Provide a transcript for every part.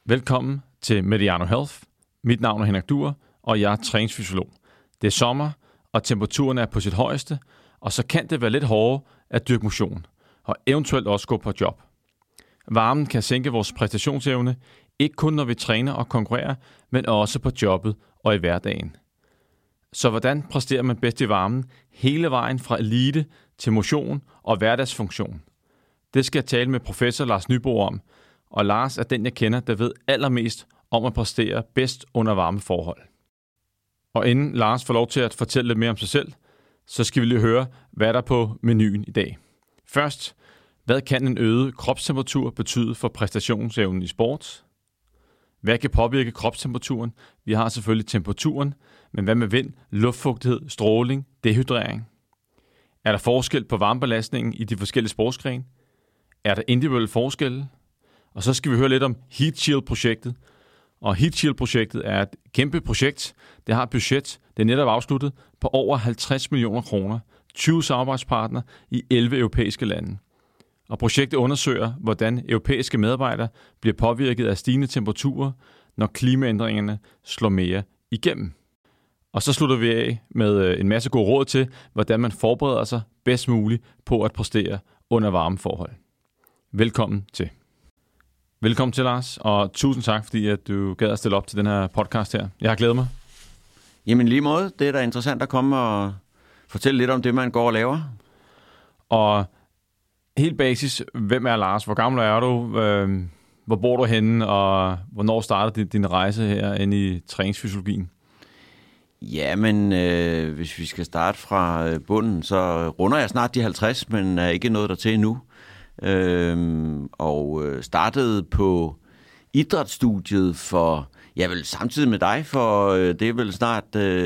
Velkommen til Mediano Health. Mit navn er Henrik Duer, og jeg er træningsfysiolog. Det er sommer, og temperaturen er på sit højeste, og så kan det være lidt hårdere at dyrke motion, og eventuelt også gå på job. Varmen kan sænke vores præstationsevne, ikke kun når vi træner og konkurrerer, men også på jobbet og i hverdagen. Så hvordan præsterer man bedst i varmen hele vejen fra elite til motion og hverdagsfunktion? Det skal jeg tale med professor Lars Nybo om, og Lars er den, jeg kender, der ved allermest om at præstere bedst under varme forhold. Og inden Lars får lov til at fortælle lidt mere om sig selv, så skal vi lige høre, hvad der er på menuen i dag. Først, hvad kan en øget kropstemperatur betyde for præstationsevnen i sport? Hvad kan påvirke kropstemperaturen? Vi har selvfølgelig temperaturen, men hvad med vind, luftfugtighed, stråling, dehydrering? Er der forskel på varmebelastningen i de forskellige sportsgrene? Er der individuelle forskelle? Og så skal vi høre lidt om Heat Shield-projektet. Og Heat Shield-projektet er et kæmpe projekt. Det har et budget, det er netop afsluttet, på over 50 millioner kroner. 20 samarbejdspartnere i 11 europæiske lande. Og projektet undersøger, hvordan europæiske medarbejdere bliver påvirket af stigende temperaturer, når klimaændringerne slår mere igennem. Og så slutter vi af med en masse gode råd til, hvordan man forbereder sig bedst muligt på at præstere under varme forhold. Velkommen til. Velkommen til, Lars, og tusind tak, fordi at du gad at stille op til den her podcast her. Jeg har glædet mig. Jamen lige måde, det er da interessant at komme og fortælle lidt om det, man går og laver. Og helt basis, hvem er Lars? Hvor gammel er du? Hvor bor du henne? Og hvornår startede din rejse her inde i træningsfysiologien? Jamen, hvis vi skal starte fra bunden, så runder jeg snart de 50, men er ikke nået dertil endnu. Og startede på idrætsstudiet for, vel samtidig med dig, for det er vel snart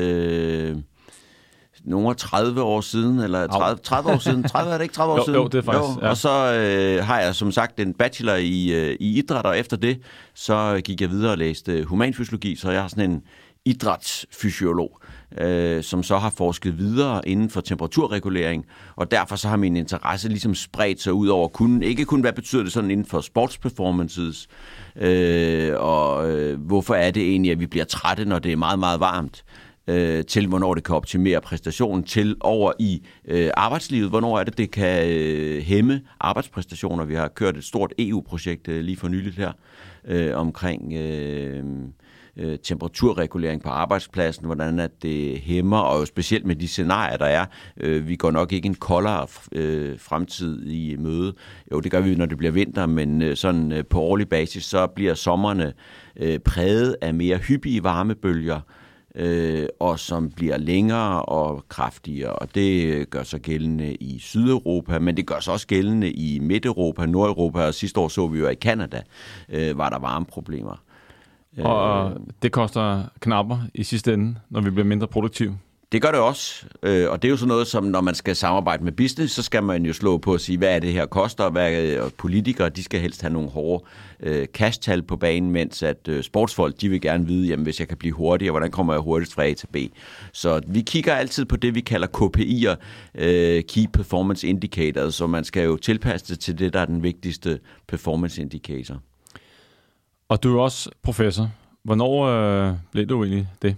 nogle 30 år siden, eller 30 år siden. 30 er det ikke 30 år siden? Jo, det er faktisk. Ja. Og så har jeg som sagt en bachelor i idræt, og efter det, så gik jeg videre og læste humanfysiologi, så jeg har sådan en idrætsfysiolog, som så har forsket videre inden for temperaturregulering, og derfor så har min interesse ligesom spredt sig ud over ikke kun hvad betyder det sådan inden for sportsperformances, og hvorfor er det egentlig, at vi bliver trætte, når det er meget, meget varmt, til hvornår det kan optimere præstationen, til over i arbejdslivet, hvornår er det kan hæmme arbejdspræstationer. Vi har kørt et stort EU-projekt lige for nyligt her omkring temperaturregulering på arbejdspladsen, hvordan at det hæmmer, og jo specielt med de scenarier, der er. Vi går nok ikke en koldere fremtid i møde. Jo, det gør vi, når det bliver vinter, men sådan på årlig basis, så bliver sommerne præget af mere hyppige varmebølger, og som bliver længere og kraftigere, og det gør sig gældende i Sydeuropa, men det gør sig også gældende i Midt-Europa, Nordeuropa, og sidste år så vi jo, at i Canada var der varmeproblemer. Og det koster knapper i sidste ende, når vi bliver mindre produktive. Det gør det også, og det er jo sådan noget, som når man skal samarbejde med business, så skal man jo slå på at sige, hvad er det her koster, og politikere, de skal helst have nogle hårde cash-tal på banen, mens at sportsfolk, de vil gerne vide, jamen hvis jeg kan blive hurtigere, hvordan kommer jeg hurtigst fra A til B. Så vi kigger altid på det, vi kalder KPI'er, Key Performance Indicators, så man skal jo tilpasse det til det, der er den vigtigste performance indicator. Og du er også professor. Hvornår blev du egentlig det?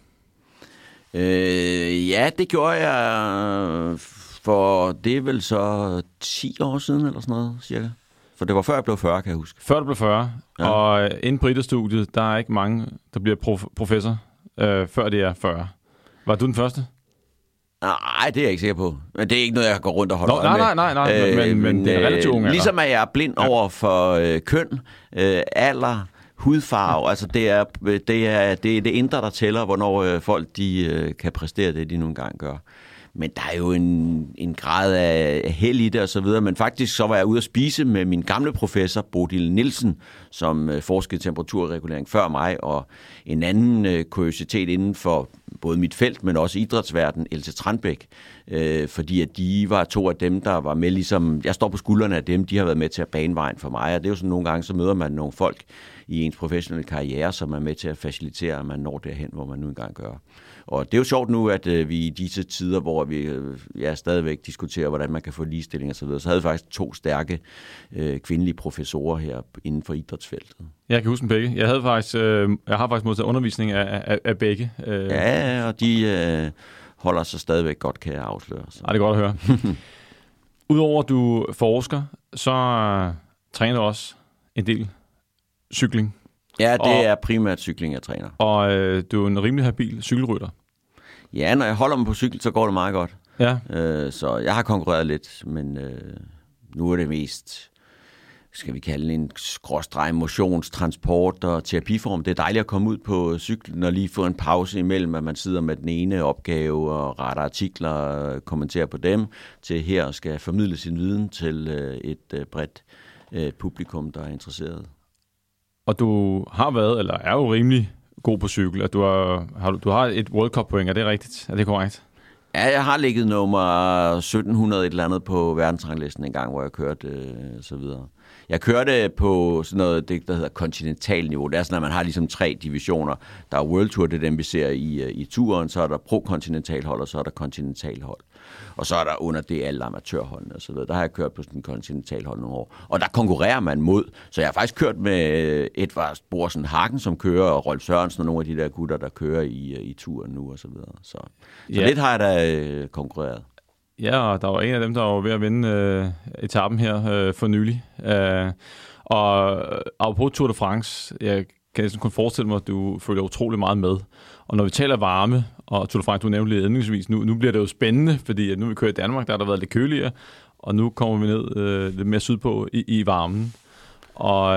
Ja, det gjorde jeg for det er vel så 10 år siden eller sådan noget, cirka. For det var før jeg blev 40, kan jeg huske. Før du blev 40, ja. Og inde på idrætsstudiet, der er ikke mange, der bliver professor, før det er 40. Var du den første? Nej, det er jeg ikke sikker på. Men det er ikke noget, jeg går rundt og holder med. Nej, men det er relativt unge. Ligesom at jeg er blind over for køn, alder, hudfarve, altså det er det indre, der tæller, hvornår folk de kan præstere det, de nogle gange gør. Men der er jo en grad af held i det og så videre, men faktisk så var jeg ude at spise med min gamle professor, Bodil Nielsen, som forskede temperaturregulering før mig, og en anden kuriositet inden for både mit felt, men også idrætsverden, Else Tranbæk, fordi at de var to af dem, der var med, ligesom jeg står på skuldrene af dem, de har været med til at bane vejen for mig, og det er jo sådan nogle gange, så møder man nogle folk i ens professionelle karriere, som er med til at facilitere, at man når derhen, hvor man nu engang gør. Og det er jo sjovt nu, at vi i disse tider, hvor vi stadigvæk diskuterer, hvordan man kan få ligestilling og så videre, så havde vi faktisk 2 stærke kvindelige professorer her inden for idrætsfeltet. Jeg kan huske dem begge. Jeg har faktisk modtaget undervisning af begge. Ja, og de holder sig stadigvæk godt, kan jeg afsløre. Så. Ja, det er godt at høre. Udover at du forsker, så træner du også en del cykling. Ja, det er primært cykling, jeg træner. Og du er en rimelig habil cykelrytter. Ja, når jeg holder mig på cykel, så går det meget godt. Ja. Så jeg har konkurreret lidt, men nu er det mest, skal vi kalde en skråstreg motionstransport og terapiform. Det er dejligt at komme ud på cyklen og lige få en pause imellem, at man sidder med den ene opgave og retter artikler og kommenterer på dem, til her skal formidle sin viden til et bredt publikum, der er interesseret. Og du har været, eller er jo rimelig god på cykel, at du har et World Cup point, er det rigtigt? Er det korrekt? Ja, jeg har ligget nummer 1700 et eller andet på verdensranglisten en gang, hvor jeg kørte så videre. Jeg kørte på sådan noget, det der hedder kontinentalniveau. Det er sådan, at man har ligesom 3 divisioner. Der er World Tour, det er dem, vi ser i turen. Så er der pro-kontinentalhold, og så er der kontinentalhold. Og så er der under det alle amatørholdene og så videre. Der har jeg kørt på sådan en kontinentalhold nogle år. Og der konkurrerer man mod. Så jeg har faktisk kørt med Edvard Borsen Hagen, som kører, og Rolf Sørensen og nogle af de der gutter, der kører i turen nu og så videre. Så lidt har jeg da konkurreret. Ja, og der var en af dem, der var ved at vinde etappen her for nylig. Og apropos Tour de France, jeg kan næsten kun forestille mig, at du følger utrolig meget med. Og når vi taler varme, og Tour de France, du nævnte lidt indledningsvis, nu bliver det jo spændende, fordi nu vi kører i Danmark, der har der været lidt køligere, og nu kommer vi ned lidt mere sydpå i varmen. Og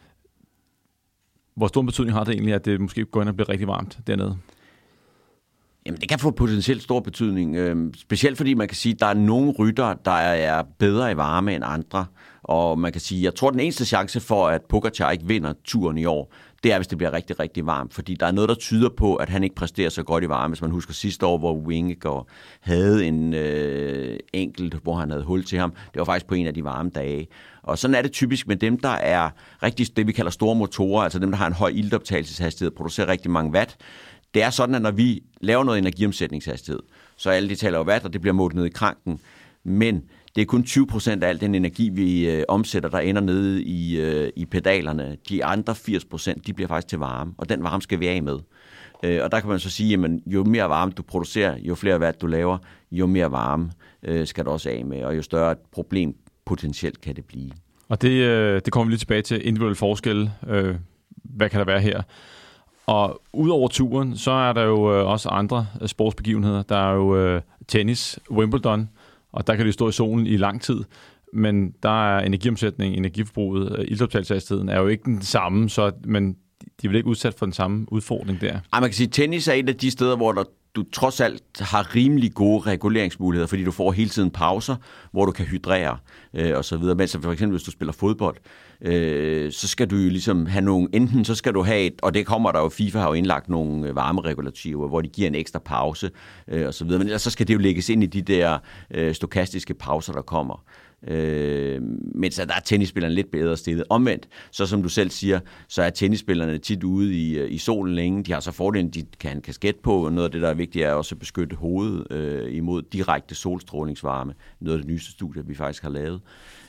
hvor stor betydning har det egentlig, at det måske går ind og bliver rigtig varmt dernede? Jamen, det kan få potentielt stor betydning. Specielt fordi man kan sige, at der er nogle ryttere, der er bedre i varme end andre. Og man kan sige, jeg tror, den eneste chance for, at Pogačar ikke vinder turen i år, det er, hvis det bliver rigtig, rigtig varmt. Fordi der er noget, der tyder på, at han ikke præsterer så godt i varme. Hvis man husker sidste år, hvor Vingegaard havde en enkelt, hvor han havde hul til ham. Det var faktisk på en af de varme dage. Og sådan er det typisk med dem, der er rigtig det, vi kalder store motorer. Altså dem, der har en høj iltoptagelseshastighed, producerer rigtig mange watt. Det er sådan, at når vi laver noget energiomsætningshastighed, så alle de taler jo watt, og det bliver målt ned i kranken. Men det er kun 20% af al den energi, vi omsætter, der ender nede i pedalerne. De andre 80%, de bliver faktisk til varme, og den varme skal vi af med. Og der kan man så sige, at jo mere varme du producerer, jo flere watt du laver, jo mere varme skal du også af med, og jo større et problem potentielt kan det blive. Og det kommer vi lige tilbage til, individuelle forskelle. Hvad kan der være her? Og udover turen, så er der jo også andre sportsbegivenheder. Der er jo tennis, Wimbledon, og der kan det stå i solen i lang tid. Men der er energiomsætning, energiforbruget, iltoptagelseshastigheden er jo ikke den samme, men de er vel ikke udsat for den samme udfordring der? Ej, man kan sige, at tennis er et af de steder, hvor du trods alt har rimelig gode reguleringsmuligheder, fordi du får hele tiden pauser, hvor du kan hydrere og så videre. Mens for eksempel, hvis du spiller fodbold, så skal du jo ligesom have nogle, enten så skal du have og det kommer der jo, FIFA har jo indlagt nogle varmeregulativer, hvor de giver en ekstra pause og så videre, men ellers så skal det jo lægges ind i de der stokastiske pauser, der kommer. Mens der er tennisspillerne lidt bedre stillet. Omvendt, så som du selv siger, så er tennisspillerne tit ude i solen længe. De har så fordelen, de kan have en kasket på, og noget af det, der er vigtigt, er også at beskytte hovedet imod direkte solstrålingsvarme. Noget af det nyeste studie, vi faktisk har lavet.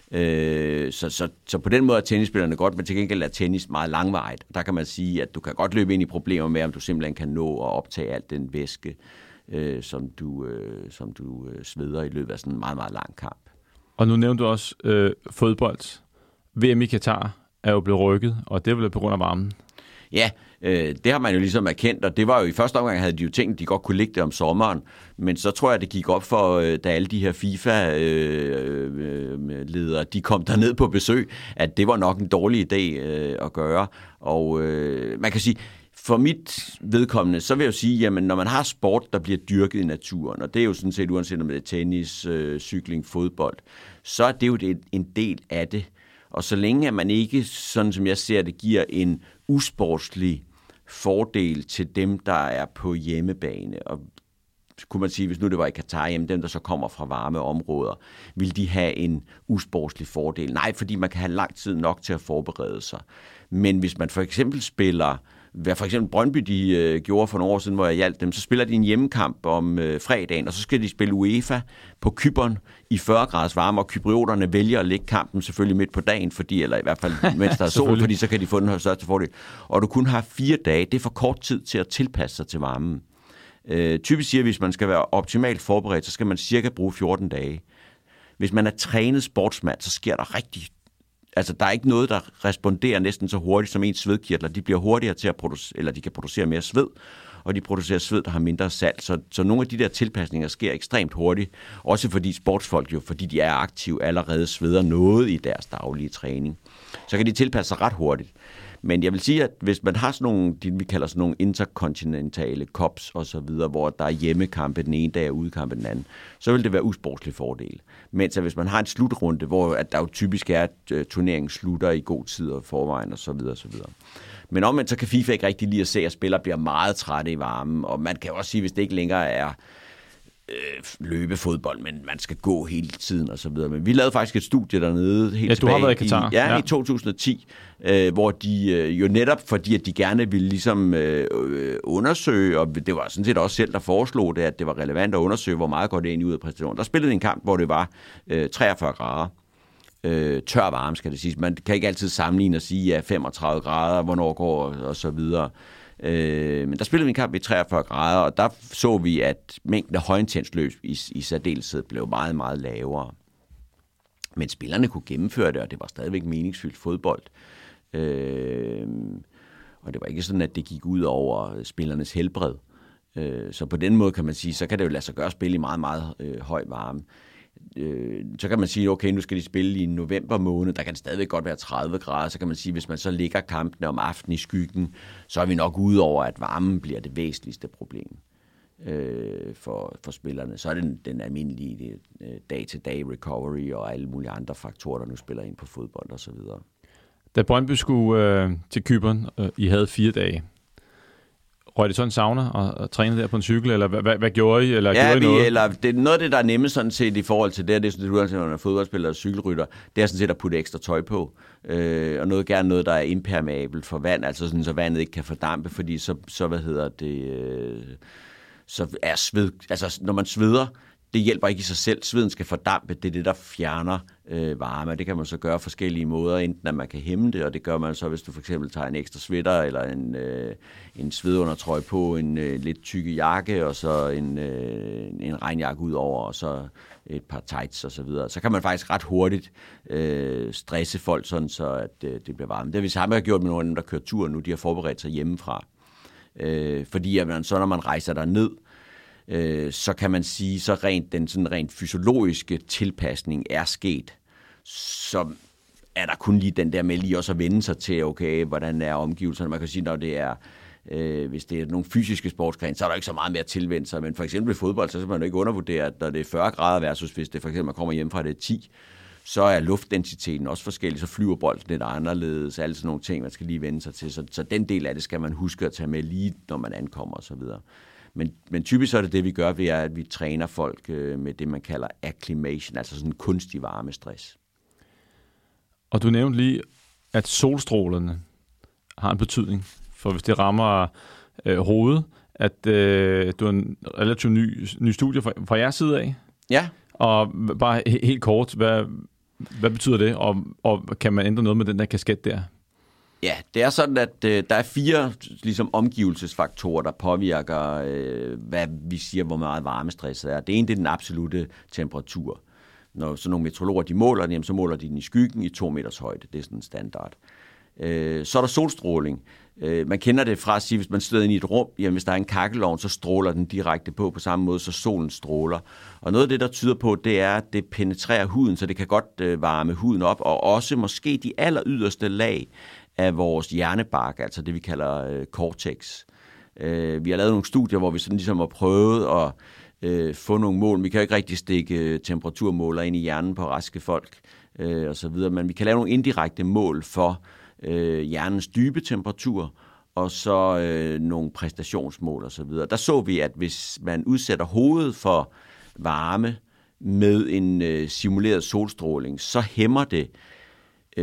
Så på den måde er tennisspillerne godt, men til gengæld er tennis meget langvarigt. Der kan man sige, at du kan godt løbe ind i problemer med, om du simpelthen kan nå at optage alt den væske, som du sveder i løbet af sådan en meget, meget lang kamp. Og nu nævnte du også fodbold. VM i Katar er jo blevet rykket, og det er vel på grund af varmen? Ja, det har man jo ligesom erkendt, og det var jo i første omgang, havde de jo tænkt, at de godt kunne ligge det om sommeren, men så tror jeg, det gik op for, da alle de her FIFA-ledere, de kom derned på besøg, at det var nok en dårlig idé at gøre, og man kan sige, for mit vedkommende, så vil jeg jo sige, jamen når man har sport, der bliver dyrket i naturen, og det er jo sådan set uanset om det er tennis, cykling, fodbold, så er det jo en del af det. Og så længe at man ikke, sådan som jeg ser det, giver en usportslig fordel til dem, der er på hjemmebane, og kunne man sige, hvis nu det var i Katar, jamen dem, der så kommer fra varme områder, vil de have en usportslig fordel? Nej, fordi man kan have lang tid nok til at forberede sig. Men hvis man for eksempel spiller hvad for eksempel Brøndby de gjorde for nogle år siden, hvor jeg hjalp dem, så spiller de en hjemmekamp om fredagen, og så skal de spille UEFA på Cypern i 40 graders varme, og cyprioterne vælger at lægge kampen selvfølgelig midt på dagen, fordi, eller i hvert fald mens der er sol, fordi så kan de få den her største fordel. Og du kun har 4 dage, det er for kort tid til at tilpasse sig til varmen. Typisk siger, at hvis man skal være optimalt forberedt, så skal man cirka bruge 14 dage. Hvis man er trænet sportsmand, så sker der rigtig... Altså, der er ikke noget, der responderer næsten så hurtigt som ens svedkirtler. De bliver hurtigere til at producere, eller de kan producere mere sved, og de producerer sved, der har mindre salt. Så nogle af de der tilpasninger sker ekstremt hurtigt. Også fordi sportsfolk jo, fordi de er aktive, allerede sveder noget i deres daglige træning. Så kan de tilpasse sig ret hurtigt. Men jeg vil sige, at hvis man har sådan nogle, vi kalder sådan nogle interkontinentale cups og så videre, hvor der er hjemmekampe den ene dag og udekampe den anden, så vil det være usportslig fordel. Mens hvis man har en slutrunde, hvor at der jo typisk er, at turneringen slutter i god tid og forvejen og så videre og så videre. Men omvendt så kan FIFA ikke rigtig lide at se, at spillere bliver meget trætte i varmen, og man kan også sige, hvis det ikke længere er løbefodbold, men man skal gå hele tiden og så videre. Men vi lavede faktisk et studie dernede helt tilbage. Du har været i Katar. I 2010, hvor de jo netop, fordi at de gerne ville ligesom undersøge, og det var sådan set også selv, der foreslog det, at det var relevant at undersøge, hvor meget går det egentlig ud af præstationen. Der spillede en kamp, hvor det var 43 grader. Tør varme, skal det sige. Man kan ikke altid sammenligne og sige, ja, 35 grader, hvornår går og så videre. Men der spillede vi en kamp i 43 grader, og der så vi, at mængden af højintensløb i særdeleshed blev meget, meget lavere. Men spillerne kunne gennemføre det, og det var stadigvæk meningsfyldt fodbold. Og det var ikke sådan, at det gik ud over spillernes helbred. Så på den måde kan man sige, så kan det jo lade sig gøre at spille i meget, meget høj varme. Så kan man sige, okay, nu skal de spille i november måned, der kan det stadigvæk godt være 30 grader, så kan man sige, hvis man så ligger kampene om aftenen i skyggen, så er vi nok ude over, at varmen bliver det væsentligste problem for spillerne. Så er det den almindelige dag-til-dag recovery og alle mulige andre faktorer, der nu spiller ind på fodbold og så videre. Da Brøndby skulle til Cypern, I havde 4 dage. Røg det sådan en sauna og trænede der på en cykel, eller hvad gjorde I? Eller gjorde I noget? Eller det er noget af det, der er nemmest sådan set i forhold til det er sådan, at når man er fodboldspiller og cykelrytter, det er sådan set at putte ekstra tøj på. Og noget, der er impermeabelt for vand, altså sådan, så vandet ikke kan fordampe, fordi så er sved, altså når man sveder, det hjælper ikke i sig selv. Sveden skal fordampe, det er det, der fjerner varme. Det kan man så gøre på forskellige måder, enten at man kan hæmme det, og det gør man så, hvis du for eksempel tager en ekstra sweater eller en svedundertrøje på, en lidt tykke jakke, og så en regnjakke ud over, og så et par tights og så videre. Så kan man faktisk ret hurtigt stresse folk, sådan så at det bliver varmt. Det har vi sammen gjort med nogle af dem, der kører tur nu, de har forberedt sig hjemmefra. Fordi at man, så når man rejser derned, så kan man sige, så den sådan rent fysiologiske tilpasning er sket. Så er der kun lige den der med lige også at vende sig til, okay, hvordan er omgivelserne. Man kan sige, når det er, hvis det er nogle fysiske sportsgrene, så er der ikke så meget mere at tilvende sig. Men for eksempel i fodbold, så skal man jo ikke undervurdere, at når det er 40 grader versus hvis det for eksempel man kommer hjem fra det er 10, så er luftdensiteten også forskellig, så flyver bolden lidt anderledes, alle sådan nogle ting, man skal lige vende sig til. Så den del af det skal man huske at tage med lige, når man ankommer og så videre. Men typisk så er det vi gør, ved at vi træner folk med det, man kalder acclimation, altså sådan kunstig varmestress. Og du nævnte lige, at solstrålerne har en betydning, for hvis det rammer hovedet, at du er en relativt ny studie fra jeres side af. Ja. Og bare helt kort, hvad betyder det, og kan man ændre noget med den der kasket der? Ja, det er sådan, at der er 4 ligesom, omgivelsesfaktorer, der påvirker, hvad vi siger, hvor meget varmestress er. Det ene det er den absolute temperatur. Når sådan nogle meteorologer de måler den, så måler de den i skyggen i 2 meters højde. Det er sådan en standard. Så er der solstråling. Man kender det fra at sige, hvis man sidder inde i et rum, jamen hvis der er en kakkelovn, så stråler den direkte på samme måde, så solen stråler. Og noget af det, der tyder på, det er, at det penetrerer huden, så det kan godt varme huden op, og også måske de aller yderste lag af vores hjernebark, altså det vi kalder cortex. Vi har lavet nogle studier, hvor vi sådan ligesom har prøvet at få nogle mål. Vi kan jo ikke rigtig stikke temperaturmåler ind i hjernen på raske folk og så videre, men vi kan lave nogle indirekte mål for hjernens dybe temperatur, og så nogle præstationsmål og så videre. Der så vi, at hvis man udsætter hovedet for varme med en simuleret solstråling, så hæmmer det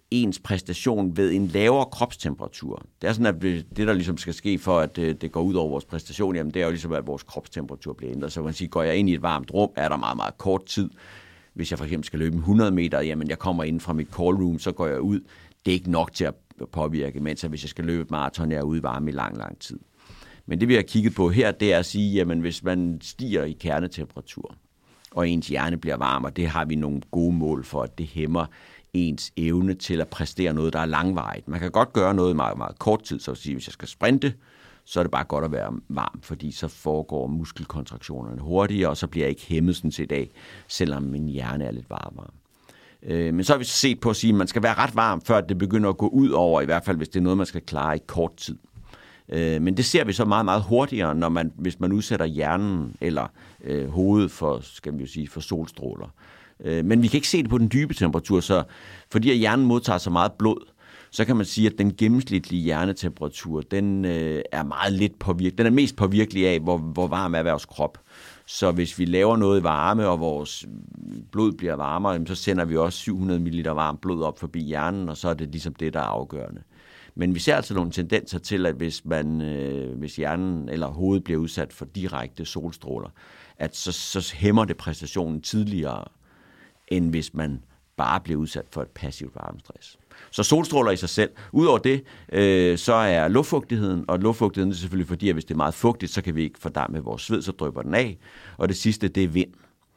ens præstation ved en lavere kropstemperatur. Det er sådan, at det, der ligesom skal ske for, at det går ud over vores præstation, jamen det er jo ligesom, at vores kropstemperatur bliver ændret. Så man siger, går jeg ind i et varmt rum, er der meget, meget kort tid. Hvis jeg for eksempel skal løbe 100 meter, jamen jeg kommer ind fra mit call room, så går jeg ud. Det er ikke nok til at påvirke, mens hvis jeg skal løbe et maraton, jeg er ude i varme i lang, lang tid. Men det vi har kigget på her, det er at sige, jamen hvis man stiger i kernetemperatur, og ens hjerne bliver varm, og det har vi nogle gode mål for, at det hæmmer ens evne til at præstere noget, der er langvarigt. Man kan godt gøre noget i meget, meget kort tid, så at sige, hvis jeg skal sprinte, så er det bare godt at være varm, fordi så foregår muskelkontraktionerne hurtigere, og så bliver jeg ikke hæmmet sådan set af, selvom min hjerne er lidt varmere. Men så har vi set på at sige, at man skal være ret varm, før det begynder at gå ud over, i hvert fald hvis det er noget, man skal klare i kort tid. Men det ser vi så meget, meget hurtigere, hvis man udsætter hjernen eller hovedet for, skal vi jo sige, for solstråler. Men vi kan ikke se det på den dybe temperatur, så fordi at hjernen modtager så meget blod, så kan man sige, at den gennemsnitlige hjernetemperatur, den er meget lidt påvirket. Den er mest påvirkelig af, hvor varm er vores krop. Så hvis vi laver noget i varme, og vores blod bliver varmere, så sender vi også 700 ml varmt blod op forbi hjernen, og så er det ligesom det, der er afgørende. Men vi ser altså nogle tendenser til, at hvis hjernen eller hovedet bliver udsat for direkte solstråler, at så hæmmer det præstationen tidligere, end hvis man bare bliver udsat for et passivt varmestress. Så solstråler i sig selv. Udover det, så er luftfugtigheden, og luftfugtigheden er selvfølgelig fordi, at hvis det er meget fugtigt, så kan vi ikke fordampe vores sved, så drypper den af. Og det sidste, det er vind.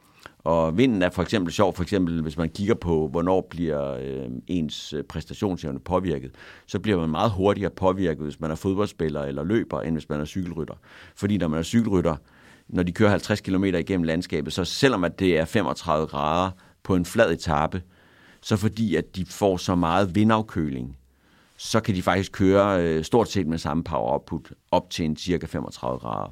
Og vinden er for eksempel sjov, for eksempel hvis man kigger på, hvornår bliver ens præstationsevne påvirket, så bliver man meget hurtigere påvirket, hvis man er fodboldspiller eller løber, end hvis man er cykelrytter. Fordi når man er cykelrytter, når de kører 50 km igennem landskabet, så selvom at det er 35 grader på en flad etape, så fordi at de får så meget vindafkøling, så kan de faktisk køre stort set med samme power output op til en cirka 35 grader.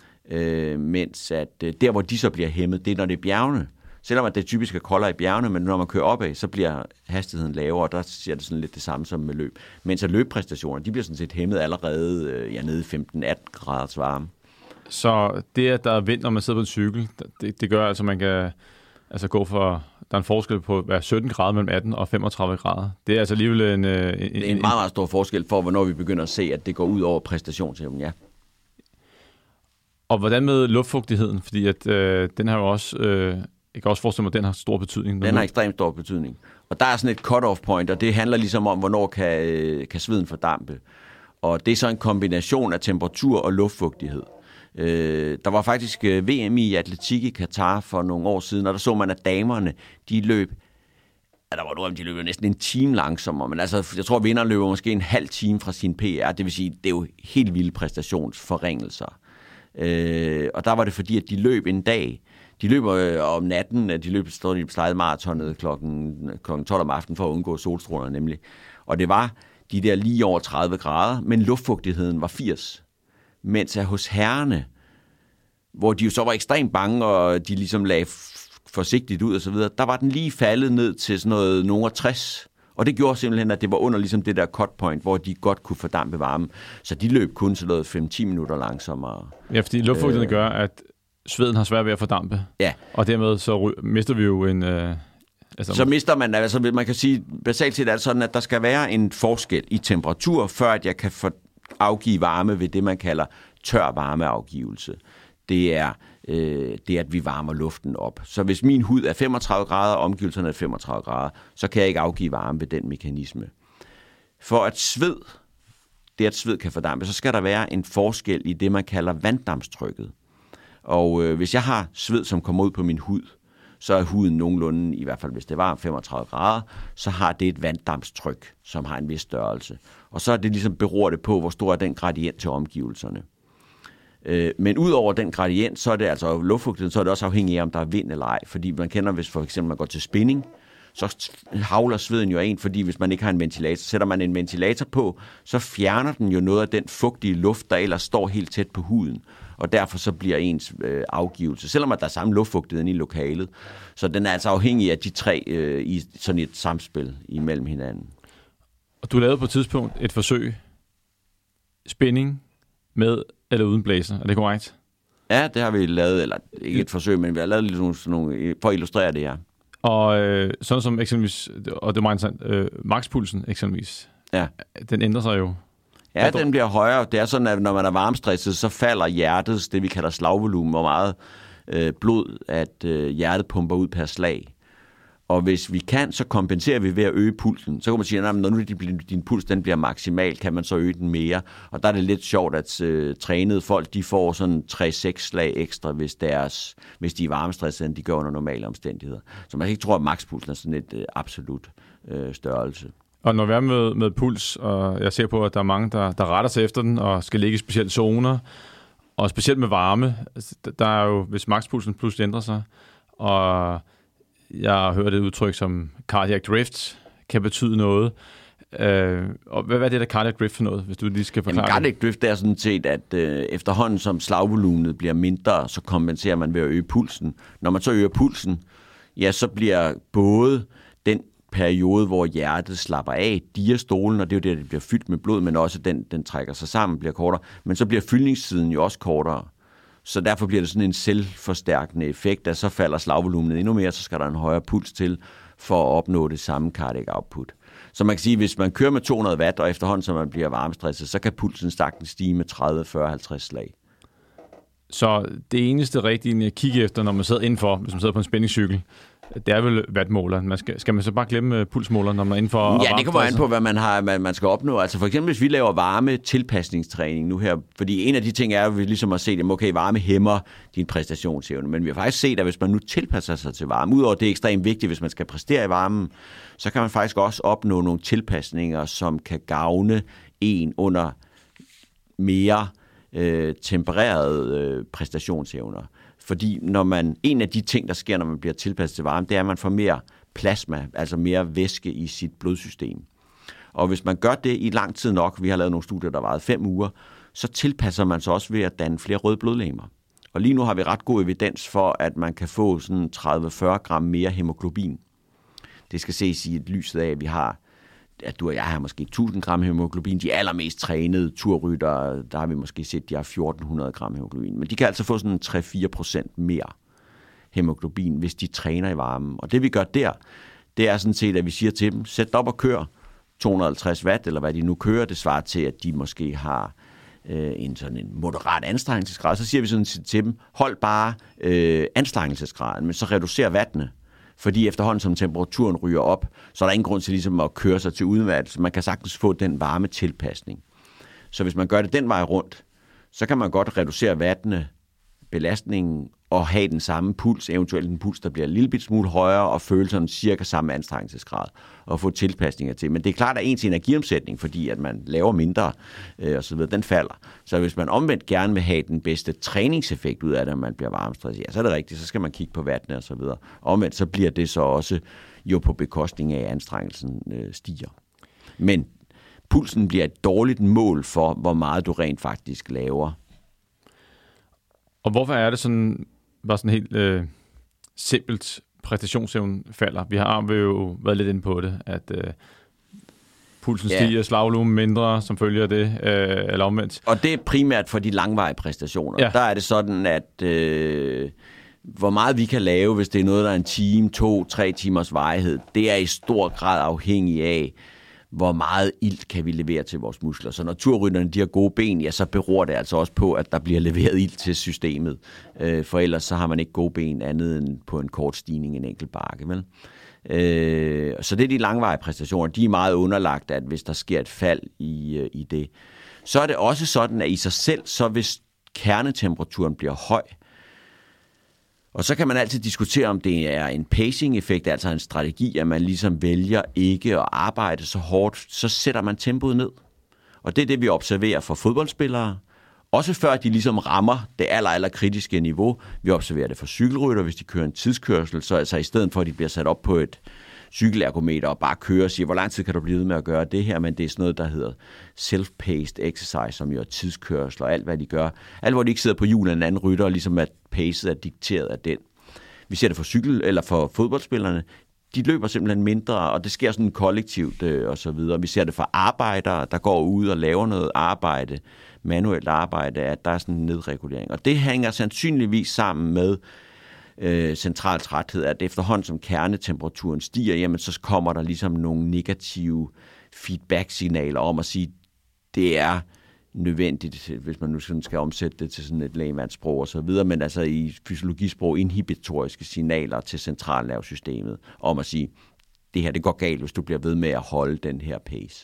Mens at der, hvor de så bliver hæmmet, det er, når det er bjergene. Selvom at det typisk er koldere i bjergene, men når man kører opad, så bliver hastigheden lavere, og der ser det sådan lidt det samme som med løb. Mens at løbpræstationer, de bliver sådan set hæmmet allerede nede i 15-18 graders varme. Så det, at der er vind, når man sidder på en cykel, det gør altså, at man kan gå for... Der er en forskel på 17 grader mellem 18 og 35 grader. Det er altså alligevel en... Det er en meget, meget stor forskel for, hvornår vi begynder at se, at det går ud over præstationsevnen, ja. Og hvordan med luftfugtigheden? Fordi at, den har jo også... jeg kan også forestille mig, at den har stor betydning. Den har ekstremt stor betydning. Og der er sådan et cut-off point, og det handler ligesom om, hvornår kan sveden fordampe. Og det er så en kombination af temperatur og luftfugtighed. Der var faktisk VM i atletik i Katar for nogle år siden, og der så man, at damerne, de løb, der var nogle af dem, de løb næsten en time langsommere, men altså, jeg tror, vinderen løber måske en halv time fra sin PR, det vil sige, det er jo helt vilde præstationsforringelser. Og der var det fordi, at de løb en dag. De løber om natten, de løb maratonet klokken 12 om aftenen for at undgå solstråler nemlig. Og det var de der lige over 30 grader, men luftfugtigheden var 80. Mens hos herrerne, hvor de jo så var ekstremt bange, og de ligesom lagde forsigtigt ud og så videre, der var den lige faldet ned til sådan noget nogen 60. Og det gjorde simpelthen, at det var under ligesom det der cut point, hvor de godt kunne fordampe varmen. Så de løb kun sådan noget 5-10 minutter langsommere. Ja, fordi luftfugtigheden gør, at sveden har svært ved at fordampe. Ja. Og dermed så mister vi jo en... Så mister man, altså man kan sige, basalt set er det sådan, at der skal være en forskel i temperatur, før at jeg kan afgive varme ved det, man kalder tør varmeafgivelse. Det er, at vi varmer luften op. Så hvis min hud er 35 grader, og omgivelserne er 35 grader, så kan jeg ikke afgive varme ved den mekanisme. For at sved kan fordampe, så skal der være en forskel i det, man kalder vanddampstrykket. Og hvis jeg har sved, som kommer ud på min hud, så er huden nogenlunde, i hvert fald hvis det var 35 grader, så har det et vanddampstryk, som har en vis størrelse. Og så er det ligesom beror det på, hvor stor er den gradient til omgivelserne. Men ud over den gradient, så er det altså luftfugtigheden, så er det også afhængigt af, om der er vind eller ej. Fordi man kender, hvis for eksempel man går til spinning, så havler sveden jo af en, fordi hvis man ikke har en ventilator, sætter man en ventilator på, så fjerner den jo noget af den fugtige luft, der ellers står helt tæt på huden. Og derfor så bliver ens afgivelse, selvom at der er samme luftfugtighed i lokalet. Så den er altså afhængig af de tre i sådan et samspil imellem hinanden. Og du lavede på et tidspunkt et forsøg, spænding med eller uden blæser, er det korrekt? Ja, det har vi lavet, eller ikke et forsøg, men vi har lavet lidt nogle for at illustrere det her. Og sådan som eksempelvis, og det er meget interessant, makspulsen eksempelvis, den ændrer sig jo. Ja, den bliver højere. Det er sådan, at når man er varmestresset, så falder hjertets, det vi kalder slagvolumen, hvor meget blod, at hjertet pumper ud per slag. Og hvis vi kan, så kompenserer vi ved at øge pulsen. Så kan man sige, at når nu din puls den bliver maksimal, kan man så øge den mere. Og der er det lidt sjovt, at trænede folk, de får sådan 3-6 slag ekstra, hvis de er varmestressede, end de gør under normale omstændigheder. Så man kan ikke tro, at makspulsen er sådan et absolut størrelse. Og når vi er med puls, og jeg ser på, at der er mange, der retter sig efter den, og skal ligge i specielle zoner, og specielt med varme, der er jo, hvis makspulsen pludselig ændrer sig, og jeg har hørt et udtryk som cardiac drift, kan betyde noget. Og hvad er det der cardiac drift for noget, hvis du lige skal forklare? Cardiac drift er sådan set, at efterhånden som slagvolumenet bliver mindre, så kompenserer man ved at øge pulsen. Når man så øger pulsen, ja, så bliver både den periode, hvor hjertet slapper af, diastolen, og det er jo det bliver fyldt med blod, men også den trækker sig sammen, bliver kortere. Men så bliver fyldningstiden jo også kortere. Så derfor bliver det sådan en selvforstærkende effekt, at så falder slagvolumenet endnu mere, så skal der en højere puls til for at opnå det samme cardiac output. Så man kan sige, at hvis man kører med 200 watt, og efterhånden så man bliver varmestresset, så kan pulsen sagtens stige med 30, 40, 50 slag. Så det eneste rigtige at kigge efter, når man sidder indenfor, hvis man sidder på en spændingscykel, det er vel wattmåleren. Skal man så bare glemme pulsmåleren, når man er indenfor? Ja, det kommer an på, hvad man skal opnå. Altså for eksempel, hvis vi laver varme tilpasningstræning nu her, fordi en af de ting er jo ligesom at se, at okay, varme hæmmer din præstationsevne, men vi har faktisk set, at hvis man nu tilpasser sig til varme, udover det er ekstremt vigtigt, hvis man skal præstere i varmen, så kan man faktisk også opnå nogle tilpasninger, som kan gavne en under mere tempererede præstationsevner. Fordi en af de ting, der sker, når man bliver tilpasset til varme, det er, at man får mere plasma, altså mere væske i sit blodsystem. Og hvis man gør det i lang tid nok, vi har lavet nogle studier, der varede 5 uger, så tilpasser man sig også ved at danne flere røde blodlegemer. Og lige nu har vi ret god evidens for, at man kan få sådan 30-40 gram mere hemoglobin. Det skal ses i et lyset af, at vi har, at du og jeg har måske 1000 gram hemoglobin. De allermest trænede turryttere, der har vi måske set, de har 1400 gram hemoglobin. Men de kan altså få sådan 3-4% mere hemoglobin, hvis de træner i varmen. Og det vi gør der, det er sådan set, at vi siger til dem, sæt op og kør 250 watt, eller hvad de nu kører. Det svarer til, at de måske har en moderat anstrengelsesgrad. Så siger vi sådan til dem, hold bare anstrengelsesgraden, men så reducer wattene. Fordi efterhånden som temperaturen ryger op, så er der ingen grund til ligesom at køre sig til udmattelse. Man kan sagtens få den varme tilpasning. Så hvis man gør det den vej rundt, så kan man godt reducere wattene, belastningen og have den samme puls, eventuelt en puls, der bliver en lille bit smule højere og føle sådan cirka samme anstrengelsesgrad og få tilpasninger til. Men det er klart, at ens energiomsætning, fordi at man laver mindre og så videre, den falder. Så hvis man omvendt gerne vil have den bedste træningseffekt ud af det, når man bliver varmestresset, ja, så er det rigtigt, så skal man kigge på wattene og så videre. Omvendt så bliver det så også jo på bekostning af, at anstrengelsen stiger. Men pulsen bliver et dårligt mål for, hvor meget du rent faktisk laver. Og hvorfor er det sådan, bare sådan helt simpelt, præstationsevnen falder? Vi har jo været lidt inde på det, at pulsen stiger, slagvolumen mindre, som følger det, eller omvendt. Og det er primært for de langvarige præstationer. Ja. Der er det sådan, at hvor meget vi kan lave, hvis det er noget, der er en time, 2-3 timers varighed, det er i stor grad afhængig af, hvor meget ilt kan vi levere til vores muskler. Så når turrytterne de har gode ben, ja, så beror det altså også på, at der bliver leveret ilt til systemet. For ellers så har man ikke gode ben andet end på en kort stigning, en enkelt bakke. Vel? Så det er de langvarige præstationer. De er meget underlagt, at hvis der sker et fald i det, så er det også sådan, at i sig selv, så hvis kernetemperaturen bliver høj, og så kan man altid diskutere, om det er en pacing-effekt, altså en strategi, at man ligesom vælger ikke at arbejde så hårdt, så sætter man tempoet ned. Og det er det, vi observerer for fodboldspillere. Også før de ligesom rammer det aller kritiske niveau. Vi observerer det for cykelrytter, hvis de kører en tidskørsel, så altså i stedet for, at de bliver sat op på et cykelergometer og bare kører og siger, hvor lang tid kan du blive ved med at gøre det her, men det er sådan noget, der hedder self-paced exercise, som jo er tidskørsel og alt, hvad de gør. Alt, hvor de ikke sidder på hjulet af en anden rytter, og ligesom at pacet er dikteret af den. Vi ser det for fodboldspillerne. De løber simpelthen mindre, og det sker sådan kollektivt og så videre. Vi ser det for arbejdere, der går ud og laver noget arbejde, manuelt arbejde, at der er sådan en nedregulering. Og det hænger sandsynligvis sammen med central træthed, at efterhånden som kernetemperaturen stiger, jamen så kommer der ligesom nogle negative feedback-signaler om at sige, det er nødvendigt, hvis man nu sådan skal omsætte det til sådan et lægemandsprog og så videre, men altså i fysiologisprog inhibitoriske signaler til centralnervesystemet om at sige, det her det går galt, hvis du bliver ved med at holde den her pace.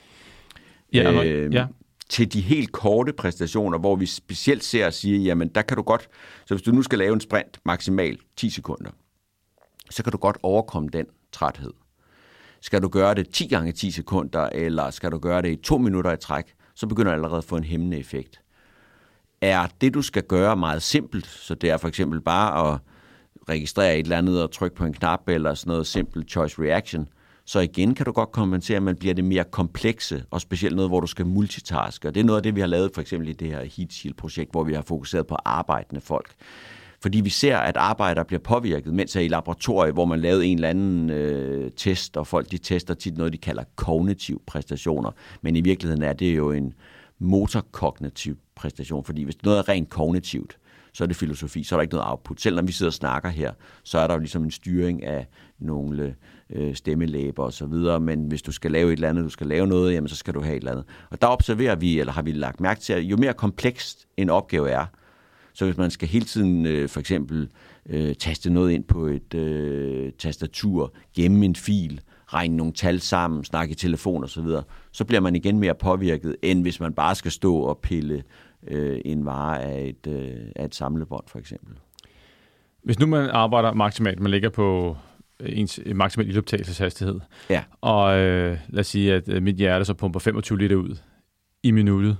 Til de helt korte præstationer, hvor vi specielt ser at sige, jamen der kan du godt, så hvis du nu skal lave en sprint maksimalt 10 sekunder, så kan du godt overkomme den træthed. Skal du gøre det 10 gange 10 sekunder, eller skal du gøre det i 2 minutter i træk, så begynder det allerede at få en hæmmende effekt. Er det, du skal gøre, meget simpelt, så det er for eksempel bare at registrere et eller andet og trykke på en knap, eller sådan noget simpelt choice reaction, så igen kan du godt kompensere, at man bliver det mere komplekse, og specielt noget, hvor du skal multitaske. Og det er noget af det, vi har lavet for eksempel i det her Heat Shield-projekt, hvor vi har fokuseret på arbejdende folk. Fordi vi ser, at arbejdere bliver påvirket, mens jeg er i laboratoriet, hvor man lavede en eller anden test, og folk de tester tit noget, de kalder kognitiv præstationer. Men i virkeligheden er det jo en motorkognitiv præstation, fordi hvis noget er rent kognitivt, så er det filosofi, så er der ikke noget output. Selv når vi sidder og snakker her, så er der jo ligesom en styring af nogle stemmelæber og så videre, men hvis du skal lave et eller andet, du skal lave noget, jamen så skal du have et eller andet. Og der observerer vi, eller har vi lagt mærke til, at jo mere komplekst en opgave er, så hvis man skal hele tiden for eksempel taste noget ind på et tastatur, gemme en fil, regne nogle tal sammen, snakke i telefon og så videre, så bliver man igen mere påvirket, end hvis man bare skal stå og pille en vare af et samlebånd for eksempel. Hvis nu man arbejder maksimalt, man ligger på ens maksimal ildoptagelseshastighed, ja. Og lad os sige, at mit hjerte så pumper 25 liter ud i minuttet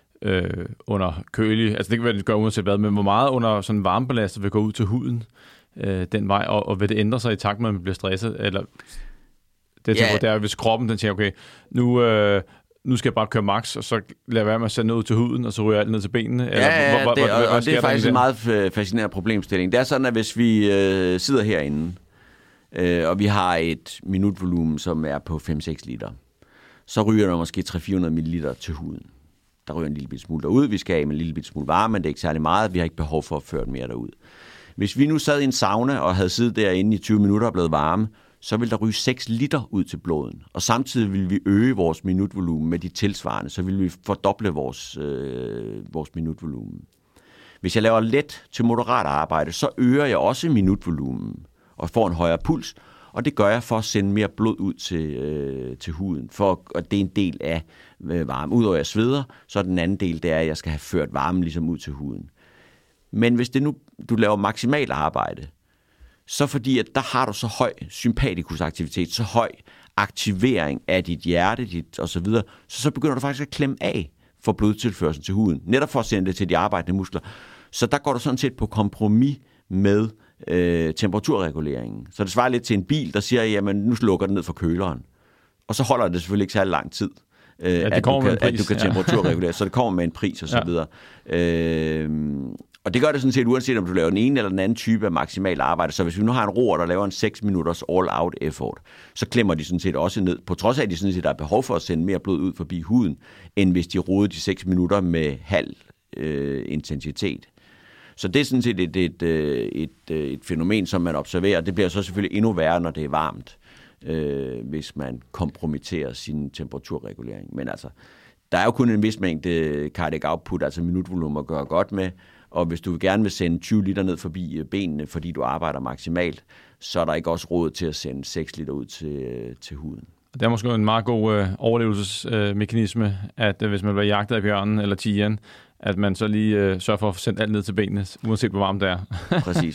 under kølig, altså det kan være, det gør uanset hvad, men hvor meget under sådan varmebelastet vil gå ud til huden den vej, og vil det ændre sig i takt med, at man bliver stresset, eller det er, hvis kroppen den siger, okay, nu skal jeg bare køre max, og så lade være med at sende noget ud til huden, og så ryger alt ned til benene? Eller, det er faktisk en meget fascinerende problemstilling. Det er sådan, at hvis vi sidder herinde, og vi har et minutvolumen, som er på 5-6 liter, så ryger der måske 300-400 ml til huden. Der ryger en lille bit smule derud, vi skal af med en lille bit smule varme, men det er ikke særlig meget, vi har ikke behov for at føre mere derud. Hvis vi nu sad i en sauna og havde siddet derinde i 20 minutter og blevet varme, så vil der ryge 6 liter ud til bloden. Og samtidig vil vi øge vores minutvolumen med de tilsvarende, så vil vi fordoble vores minutvolumen. Hvis jeg laver let til moderat arbejde, så øger jeg også minutvolumen og får en højere puls, og det gør jeg for at sende mere blod ud til huden, og det er en del af varme. Udover at jeg sveder, så er den anden del, det er, at jeg skal have ført varmen ligesom ud til huden. Men hvis det nu, du laver maksimal arbejde, så fordi, at der har du så høj sympatikusaktivitet, så høj aktivering af dit hjerte, og så videre, så begynder du faktisk at klemme af for blodtilførsel til huden, netop for at sende det til de arbejdende muskler. Så der går du sådan set på kompromis med temperaturreguleringen. Så det svarer lidt til en bil, der siger, jamen nu slukker den ned for køleren. Og så holder det selvfølgelig ikke særlig lang tid, at du kan temperaturregulere, så det kommer med en pris og så videre. Og det gør det sådan set uanset om du laver den ene eller den anden type af maksimal arbejde. Så hvis vi nu har en roer, der laver en 6 minutters all-out effort, så klemmer de sådan set også ned, på trods af at de sådan set der er behov for at sende mere blod ud forbi huden, end hvis de roede de 6 minutter med halv intensitet. Så det er sådan set et fænomen, som man observerer. Det bliver så selvfølgelig endnu værre, når det er varmt, hvis man kompromitterer sin temperaturregulering. Men altså, der er jo kun en vis mængde cardiac output, altså minutvolumen at gøre godt med, og hvis du gerne vil sende 20 liter ned forbi benene, fordi du arbejder maksimalt, så er der ikke også råd til at sende 6 liter ud til huden. Det er måske en meget god overlevelsesmekanisme, at hvis man bliver jagtet af bjørnen eller tigeren, at man så lige sørger for at sende alt ned til benene, uanset hvor varmt det er. Præcis.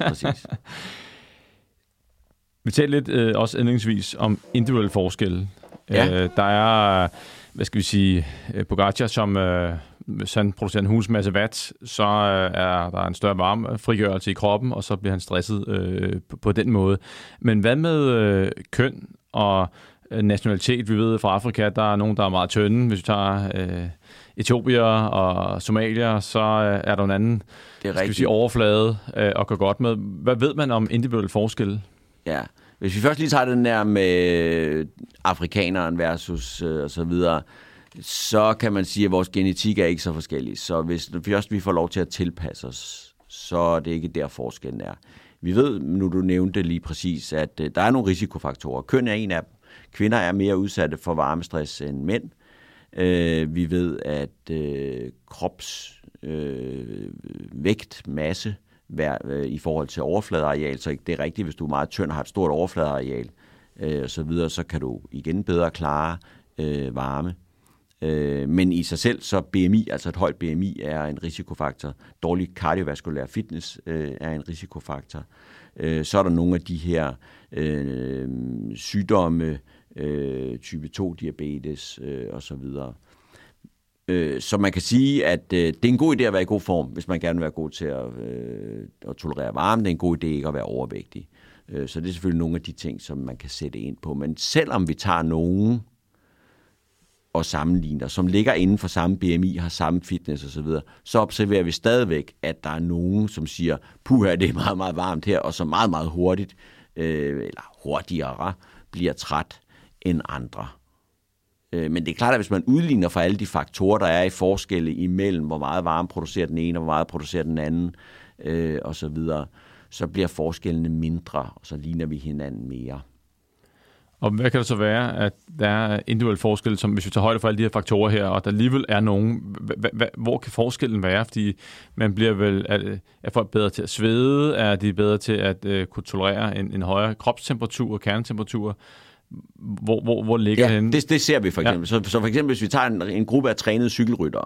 Vi talte lidt også endningsvis om individuelle forskelle. Ja. Der er, hvad skal vi sige, Pogacar, som hvis han producerer en hulens masse watt, så er der en større varmefrigørelse i kroppen, og så bliver han stresset på den måde. Men hvad med køn og nationalitet? Vi ved fra Afrika, der er nogen, der er meget tynde. Hvis vi tager etiopier og somalier, så er der en anden overflade at gå godt med. Hvad ved man om individuelle forskelle? Ja, hvis vi først lige tager den der med afrikaneren versus og så videre, så kan man sige, at vores genetik er ikke så forskellig. Så hvis først vi får lov til at tilpasse os, så er det ikke der forskellen er. Vi ved, nu du nævnte lige præcis, at der er nogle risikofaktorer. Køn er en af dem. Kvinder er mere udsatte for varmestress end mænd. Vi ved, at vægt, masse i forhold til overfladeareal, så det er rigtigt, hvis du er meget tynd og har et stort overfladeareal, så videre, så kan du igen bedre klare varme. Men i sig selv, så BMI, altså et højt BMI, er en risikofaktor. Dårlig kardiovaskulær fitness er en risikofaktor. Så er der nogle af de her sygdomme, type 2-diabetes osv. Så man kan sige, at det er en god idé at være i god form, hvis man gerne vil være god til at tolerere varme. Det er en god idé ikke at være overvægtig. Så det er selvfølgelig nogle af de ting, som man kan sætte ind på. Men selvom vi tager nogen og sammenligner, som ligger inden for samme BMI, har samme fitness osv., så observerer vi stadigvæk, at der er nogen, som siger, puha, det er meget, meget varmt her, og så meget, meget hurtigt, eller hurtigere, bliver træt end andre. Men det er klart, at hvis man udligner for alle de faktorer, der er i forskelle imellem, hvor meget varme producerer den ene, og hvor meget producerer den anden, osv., så bliver forskellene mindre, og så ligner vi hinanden mere. Og hvad kan det så være, at der er individuelle forskelle, som hvis vi tager højde for alle de her faktorer her, og der alligevel er nogen, hvor kan forskellen være? Fordi man bliver vel, er folk bedre til at svede? Er de bedre til at kunne tolerere en højere kropstemperatur og kernetemperatur? Hvor ligger det henne? Det ser vi for eksempel. Ja. Så for eksempel, hvis vi tager en gruppe af trænede cykelryttere,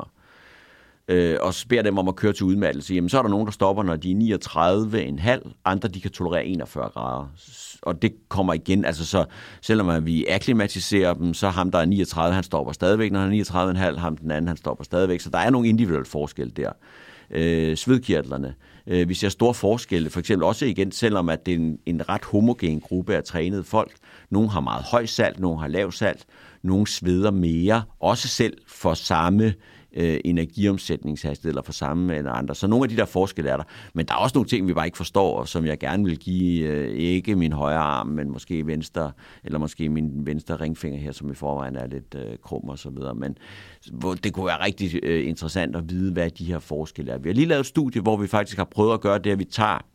og beder dem om at køre til udmattelse, jamen så er der nogen, der stopper, når de er 39,5. Andre, de kan tolerere 41 grader. Og det kommer igen, altså så selvom vi akklimatiserer dem, så ham, der er 39, han stopper stadigvæk, når han er 39,5, ham den anden, han stopper stadigvæk. Så der er nogle individuelle forskelle der. Svedkirtlerne. Vi ser store forskelle, for eksempel også igen, selvom at det er en ret homogen gruppe af trænede folk. Nogle har meget høj salt, nogle har lav salt, nogle sveder mere, også selv for samme energiomsætningshastighed eller for samme eller andre. Så nogle af de der forskelle er der. Men der er også nogle ting, vi bare ikke forstår, og som jeg gerne vil give ikke min højre arm, men måske venstre, eller måske min venstre ringfinger her, som i forvejen er lidt krum og så videre. Men det kunne være rigtig interessant at vide, hvad de her forskelle er. Vi har lige lavet et studie, hvor vi faktisk har prøvet at gøre det, at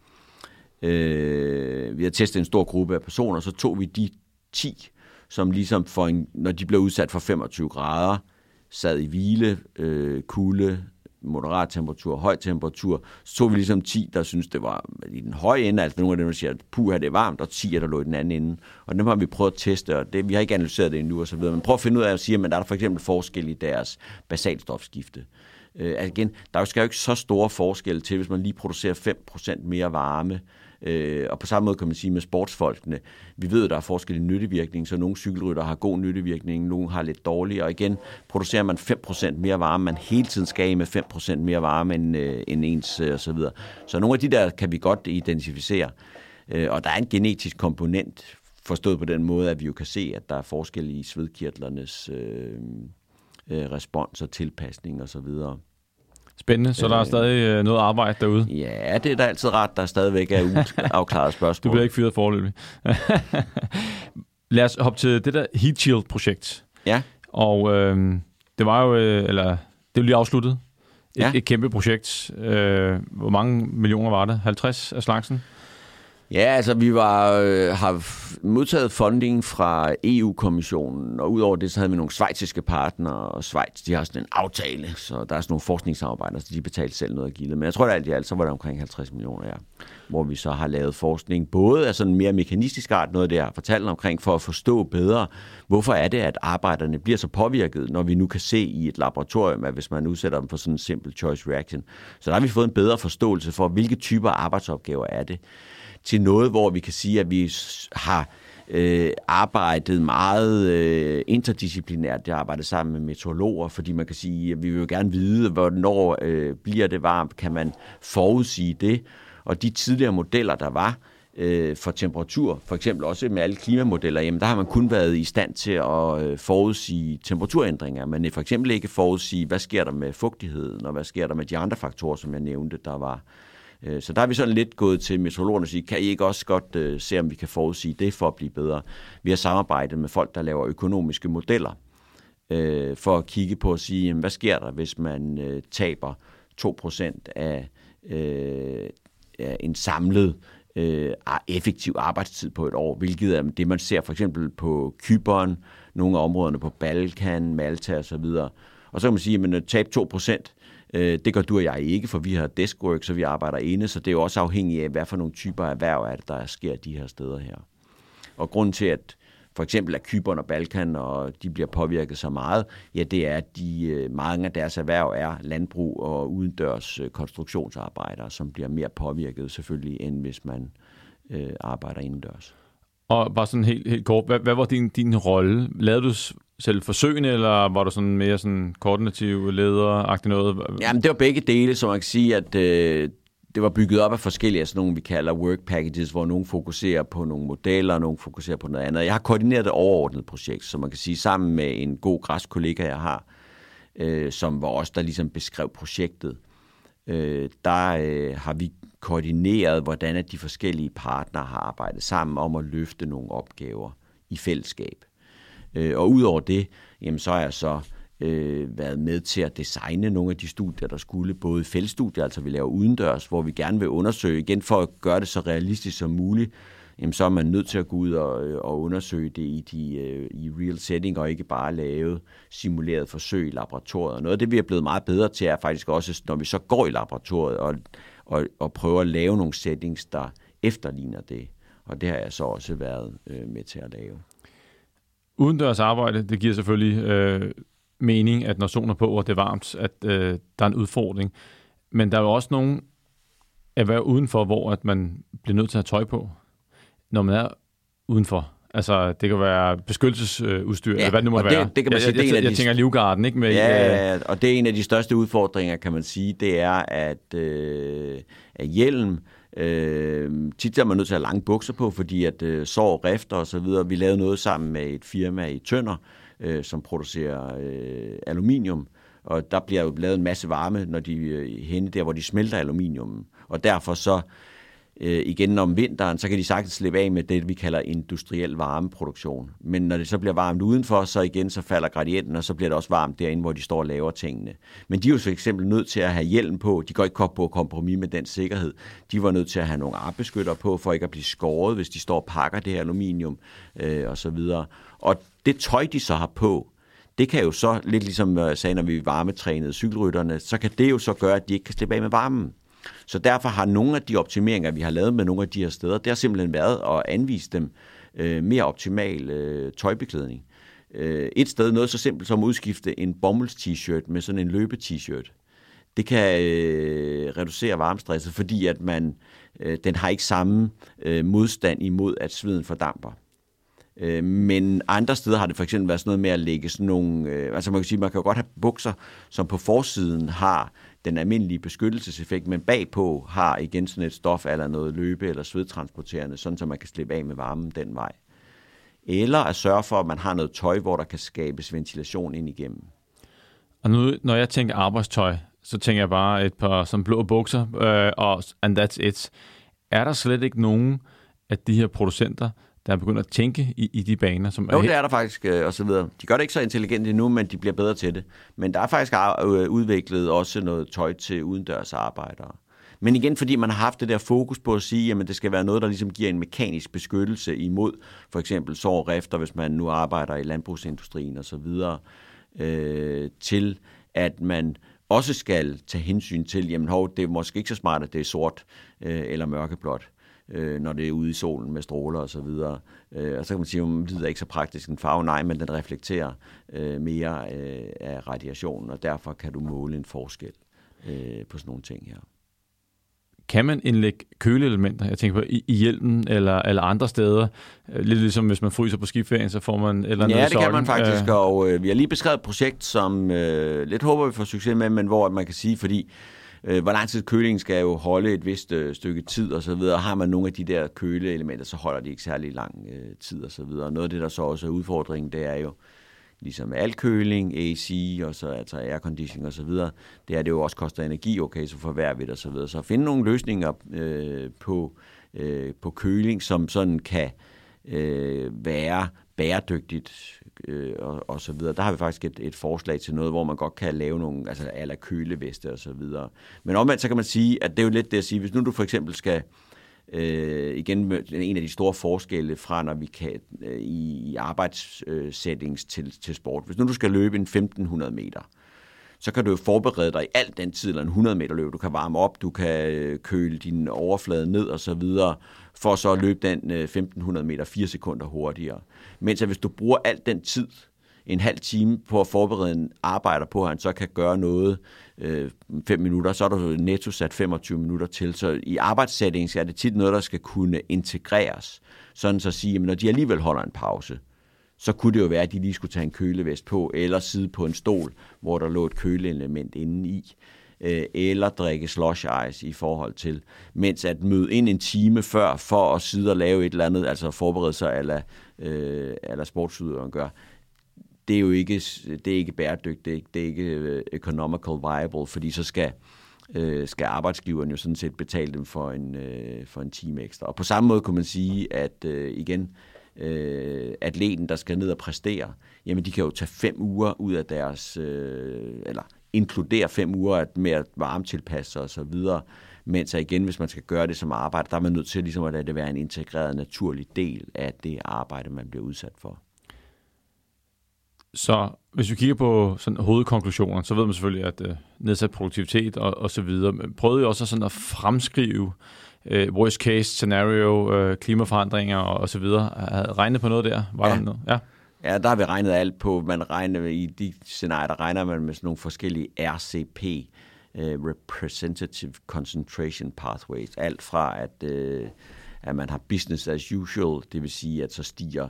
vi har testet en stor gruppe af personer, så tog vi de 10, som ligesom når de blev udsat for 25 grader, sad i hvile, kulde, moderat temperatur, høj temperatur, så tog vi ligesom 10, der synes det var i den høje ende, altså nogle af dem, der siger, puha, det er varmt, og 10, der lå i den anden ende. Og dem har vi prøvet at teste, og vi har ikke analyseret det endnu, og så videre. Men prøv at finde ud af at sige, at der er for eksempel forskel i deres basalstofskifte. Igen, der skal jo ikke så store forskelle til, hvis man lige producerer 5% mere varme. Og på samme måde kan man sige med sportsfolkene. Vi ved, at der er forskel i nyttevirkning, så nogle cykelrytter har god nyttevirkning, nogle har lidt dårlig. Og igen, producerer man 5% mere varme, man hele tiden skal af med 5% mere varme end ens og så videre. Så nogle af de der kan vi godt identificere. Og der er en genetisk komponent, forstået på den måde, at vi jo kan se, at der er forskel i svedkirtlernes respons og tilpasning og så videre. Spændende, så der er stadig noget arbejde derude. Ja, det er da altid ret, der stadigvæk er uafklaret spørgsmål. Du bliver ikke fyret foreløbig. Lad os hoppe til det der Heat Shield-projekt. Ja. Og det var jo, det er lige afsluttet. Et kæmpe projekt. Hvor mange millioner var det? 50 af slagsen? Ja, altså vi har modtaget funding fra EU-kommissionen, og udover det, så havde vi nogle schweiziske partnere, og Schweiz, de har sådan en aftale, så der er sådan nogle forskningssamarbejder, så de betalte selv noget af gildet. Men jeg tror, at alt så var det omkring 50 millioner, hvor vi så har lavet forskning, både af sådan mere mekanistisk art, noget af det, jeg har fortalt omkring, for at forstå bedre, hvorfor er det, at arbejderne bliver så påvirket, når vi nu kan se i et laboratorium, at hvis man udsætter dem for sådan en simple choice reaction. Så der har vi fået en bedre forståelse for, hvilke typer arbejdsopgaver er det, til noget, hvor vi kan sige, at vi har arbejdet meget interdisciplinært. Jeg har arbejdet sammen med meteorologer, fordi man kan sige, at vi vil jo gerne vide, hvornår bliver det varmt, kan man forudsige det. Og de tidligere modeller, der var for temperatur, for eksempel også med alle klimamodeller, jamen der har man kun været i stand til at forudsige temperaturændringer, men for eksempel ikke forudsige, hvad sker der med fugtigheden, og hvad sker der med de andre faktorer, som jeg nævnte, der var. Så der er vi sådan lidt gået til meteorologerne og sige, kan I ikke også godt se, om vi kan forudsige det for at blive bedre? Vi har samarbejdet med folk, der laver økonomiske modeller, for at kigge på at sige, jamen, hvad sker der, hvis man taber 2% af en samlet effektiv arbejdstid på et år, hvilket er det, man ser for eksempel på Cypern, nogle af områderne på Balkan, Malta og så videre. Og så kan man sige, at tab 2%, det gør du og jeg ikke, for vi har deskwork, så vi arbejder inde, så det er jo også afhængigt af, hvad for nogle typer af erhverv er det, der sker de her steder her. Og grunden til, at for eksempel at Cypern og Balkan, og de bliver påvirket så meget, ja, det er, at mange af deres erhverv er landbrug og udendørs konstruktionsarbejdere, som bliver mere påvirket selvfølgelig, end hvis man arbejder indendørs. Og bare sådan helt kort, hvad var din rolle? Lavede du selv forsøgene, eller var du sådan mere sådan koordinativ leder-agtig noget? Jamen, det var begge dele, så man kan sige, at det var bygget op af forskellige, sådan nogle, vi kalder work packages, hvor nogen fokuserer på nogle modeller, og nogen fokuserer på noget andet. Jeg har koordineret det overordnede projekt, så man kan sige, sammen med en god græsk kollega, jeg har, som var også der ligesom beskrev projektet, der har vi koordineret, hvordan at de forskellige partnere har arbejdet sammen om at løfte nogle opgaver i fællesskab. Og udover det, jamen, så har jeg så været med til at designe nogle af de studier, der skulle, både feltstudier, altså vi laver udendørs, hvor vi gerne vil undersøge, igen for at gøre det så realistisk som muligt, jamen, så er man nødt til at gå ud og undersøge det i real setting, og ikke bare lave simuleret forsøg i laboratoriet. Noget af det, vi er blevet meget bedre til, er faktisk også, når vi så går i laboratoriet og prøver at lave nogle settings, der efterligner det. Og det har jeg så også været med til at lave. Udendørs arbejde, det giver selvfølgelig mening, at når solen er på, og det er varmt, at der er en udfordring. Men der er jo også nogle erhverv udenfor, hvor at man bliver nødt til at have tøj på, når man er udenfor. Altså, det kan være beskyttelsesudstyr, eller hvad det nu må være. Det kan man sige, jeg tænker Livgarden, ikke? Med, og det er en af de største udfordringer, kan man sige, det er, at hjelm, tit er man nødt til at have lange bukser på, fordi at sår, rifter og så videre. Vi lavede noget sammen med et firma i Tønder, som producerer aluminium, og der bliver jo lavet en masse varme, når de henne der, hvor de smelter aluminium. Og derfor så igen om vinteren, så kan de sagtens slippe af med det, vi kalder industriel varmeproduktion. Men når det så bliver varmt udenfor, så igen så falder gradienten, og så bliver det også varmt derinde, hvor de står og laver tingene. Men de er jo for eksempel nødt til at have hjelm på. De går ikke på kompromis med den sikkerhed. De var nødt til at have nogle armbeskytter på, for ikke at blive skåret, hvis de står og pakker det her aluminium og så videre. Og det tøj, de så har på, det kan jo så, lidt ligesom jeg sagde, når vi varmetrænede cykelrytterne, så kan det jo så gøre, at de ikke kan slippe af med varmen. Så derfor har nogle af de optimeringer, vi har lavet med nogle af de her steder, det har simpelthen været at anvise dem mere optimal tøjbeklædning. Et sted, noget så simpelt som at udskifte en bomulds-t-shirt med sådan en løbe-t-shirt. Det kan reducere varmestresset, fordi at den har ikke samme modstand imod, at sveden fordamper. Men andre steder har det for eksempel været sådan noget med at lægge sådan nogle, altså man kan sige, man kan jo godt have bukser, som på forsiden har den almindelige beskyttelseseffekt, men bagpå har igen sådan et stof eller noget løbe- eller svedtransporterende, sådan så man kan slippe af med varmen den vej. Eller at sørge for, at man har noget tøj, hvor der kan skabes ventilation ind igennem. Og nu, når jeg tænker arbejdstøj, så tænker jeg bare et par sådan blå bukser, og and that's it. Er der slet ikke nogen af de her producenter, der er begyndt at tænke i de baner? Som jo, det er der faktisk, og så videre. De gør det ikke så intelligent endnu, men de bliver bedre til det. Men der er faktisk udviklet også noget tøj til udendørs arbejdere. Men igen, fordi man har haft det der fokus på at sige, at det skal være noget, der ligesom giver en mekanisk beskyttelse imod for eksempel sår og rifter, hvis man nu arbejder i landbrugsindustrien og så videre, til at man også skal tage hensyn til, det er måske ikke så smart, at det er sort eller mørkeblåt, når det er ude i solen med stråler og så videre. Og så kan man sige, at det er ikke så praktisk en farve, nej, men den reflekterer mere af radiationen, og derfor kan du måle en forskel på sådan nogle ting her. Kan man indlægge køleelementer, jeg tænker på i hjelmen eller andre steder? Lidt ligesom hvis man fryser på skiferien, så får man eller noget. Ja, det kan man faktisk, og vi har lige beskrevet et projekt, som lidt håber vi får succes med, men hvor man kan sige, fordi hvor lang tid kølingen skal jo holde et vist stykke tid og så videre. Har man nogle af de der køleelementer, så holder de ikke særlig lang tid og så videre. Noget af det, der så også er udfordringen, det er jo ligesom al køling, AC og så altså airconditioning og så videre. Det er det jo også koster energi, okay, så forværrer vi det og så videre. Så at finde nogle løsninger på køling, som sådan kan være bæredygtigt og så videre. Der har vi faktisk et forslag til noget, hvor man godt kan lave nogle, altså ala køleveste og så videre. Men omvendt så kan man sige, at det er jo lidt det at sige, hvis nu du for eksempel skal Igen en af de store forskelle fra, når vi kan i arbejdssettings til sport. Hvis nu du skal løbe en 1500 meter, så kan du jo forberede dig i alt den tid, eller en 100 meter løb. Du kan varme op, du kan køle din overflade ned og så videre, for så at løbe den 1500 meter 4 sekunder hurtigere. Mens at hvis du bruger alt den tid, en halv time på at forberede en arbejder på, at han så kan gøre noget 5 minutter, så er der netto sat 25 minutter til. Så i arbejdssettings er det tit noget, der skal kunne integreres. Sådan så at sige, at når de alligevel holder en pause, så kunne det jo være, at de lige skulle tage en kølevest på, eller sidde på en stol, hvor der lå et køleelement inde i, eller drikke slush ice i forhold til, mens at møde ind en time før, for at sidde og lave et eller andet, altså forberede sig eller sportsudøveren gør, det er jo ikke bæredygtigt, det er ikke economical viable, fordi så skal arbejdsgiveren jo sådan set betale dem for en time ekstra. Og på samme måde kunne man sige, at atleten, der skal ned og præstere, jamen de kan jo tage 5 uger ud af deres, eller inkludere 5 uger med at varmetilpasse sig og så videre, mens igen, hvis man skal gøre det som arbejde, der er man nødt til ligesom at lade det være en integreret, naturlig del af det arbejde, man bliver udsat for. Så hvis vi kigger på sådan hovedkonklusioner, så ved man selvfølgelig, at nedsat produktivitet og så videre. Men prøvede I også sådan at fremskrive worst case scenario, klimaforandringer og så videre? Har regnet på noget der? Var der noget? Ja. Ja, der har vi regnet alt på. Man regner i de scenarier, der regner man med sådan nogle forskellige RCP, Representative Concentration Pathways. Alt fra, at man har business as usual, det vil sige, at så stiger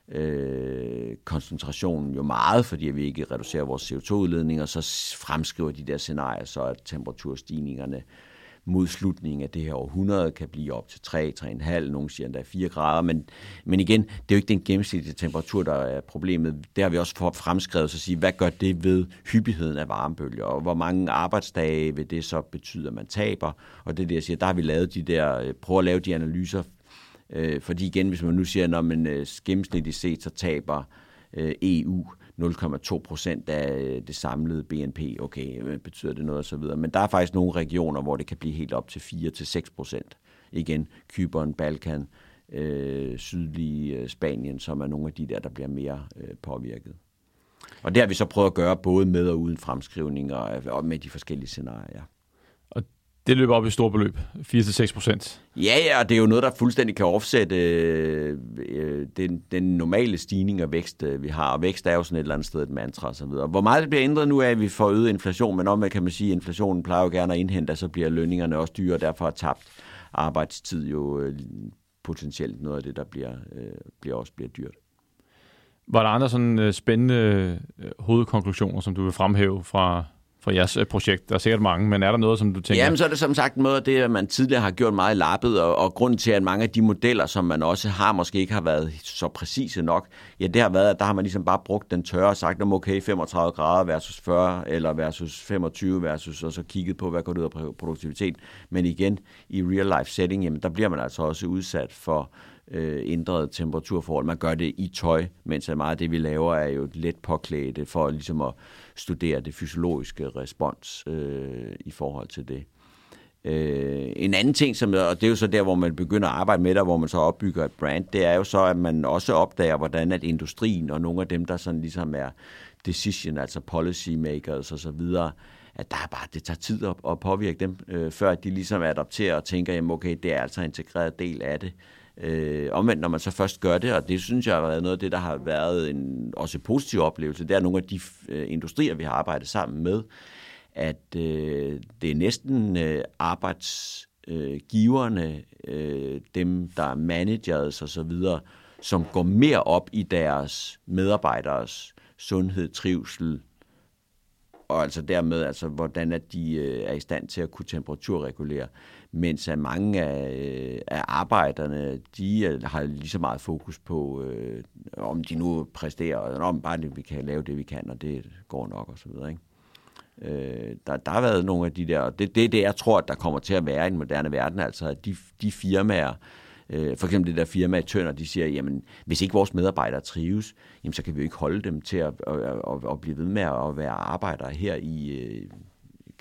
koncentrationen jo meget, fordi vi ikke reducerer vores CO2-udledning, og så fremskriver de der scenarier, så at temperaturstigningerne mod slutningen af det her århundrede kan blive op til 3,5, nogen siger endda 4 grader, men igen, det er jo ikke den gennemsnitlige temperatur, der er problemet. Det har vi også fremskrevet, så at sige, hvad gør det ved hyppigheden af varmebølger, og hvor mange arbejdsdage vil det så betyde, at man taber, og det er det, jeg siger, der har vi lavet prøver at lave de analyser, fordi igen, hvis man nu siger, når man gennemsnitligt set, så taber EU 0,2% af det samlede BNP. Okay, betyder det noget og så videre. Men der er faktisk nogle regioner, hvor det kan blive helt op til 4-6%. Igen, Cypern, Balkan, sydlige Spanien, som er nogle af de der bliver mere påvirket. Og det har vi så prøvet at gøre både med og uden fremskrivninger og med de forskellige scenarier. Det løber op i store beløb, 4-6%. Ja, og det er jo noget, der fuldstændig kan offsætte den normale stigning og vækst, vi har. Og vækst er jo sådan et eller andet sted et mantra og så videre. Hvor meget det bliver ændret nu af, at vi får øget inflation, men omvendt kan man sige, at inflationen plejer jo gerne at indhente, og så bliver lønningerne også dyre, og derfor har tabt arbejdstid jo potentielt noget af det, der bliver dyrt. Var der andre sådan spændende hovedkonklusioner, som du vil fremhæve fra jeres projekt? Der er sikkert mange, men er der noget, som du tænker? Jamen, så er det som sagt noget af det, man tidligere har gjort meget lappet, og grunden til, at mange af de modeller, som man også har, måske ikke har været så præcise nok, ja, det har været, at der har man ligesom bare brugt den tørre og sagt, om okay, 35 grader versus 40, eller versus 25 versus, og så kigget på, hvad går det ud af produktivitet. Men igen, i real life setting, jamen, der bliver man altså også udsat for ændrede temperaturforhold. Man gør det i tøj, mens meget af det, vi laver, er jo let påklædte for ligesom at studere det fysiologiske respons i forhold til det. En anden ting, og det er jo så der, hvor man begynder at arbejde med det, hvor man så opbygger et brand, det er jo så, at man også opdager, hvordan at industrien og nogle af dem, der sådan ligesom er decision, altså policy makers og så videre, at det tager tid at påvirke dem, før de ligesom adapterer og tænker, jamen okay, det er altså en integreret del af det. Omvendt, når man så først gør det, og det synes jeg har været noget af det, der har været en også positiv oplevelse, det er nogle af de industrier, vi har arbejdet sammen med, at det er næsten arbejdsgiverne, dem der er managers og så videre, som går mere op i deres medarbejderes sundhed, trivsel, og altså dermed, altså, hvordan at de er i stand til at kunne temperaturregulere, mens at mange af arbejderne, de har lige så meget fokus på, om de nu præsterer, og om bare vi kan lave det, vi kan, og det går nok, og så videre, ikke? Der har været nogle af de der, og det jeg tror, at der kommer til at være i den moderne verden, altså at de firmaer, for eksempel det der firma i Tønder, de siger, jamen, hvis ikke vores medarbejdere trives, jamen, så kan vi jo ikke holde dem til at blive ved med at være arbejdere her i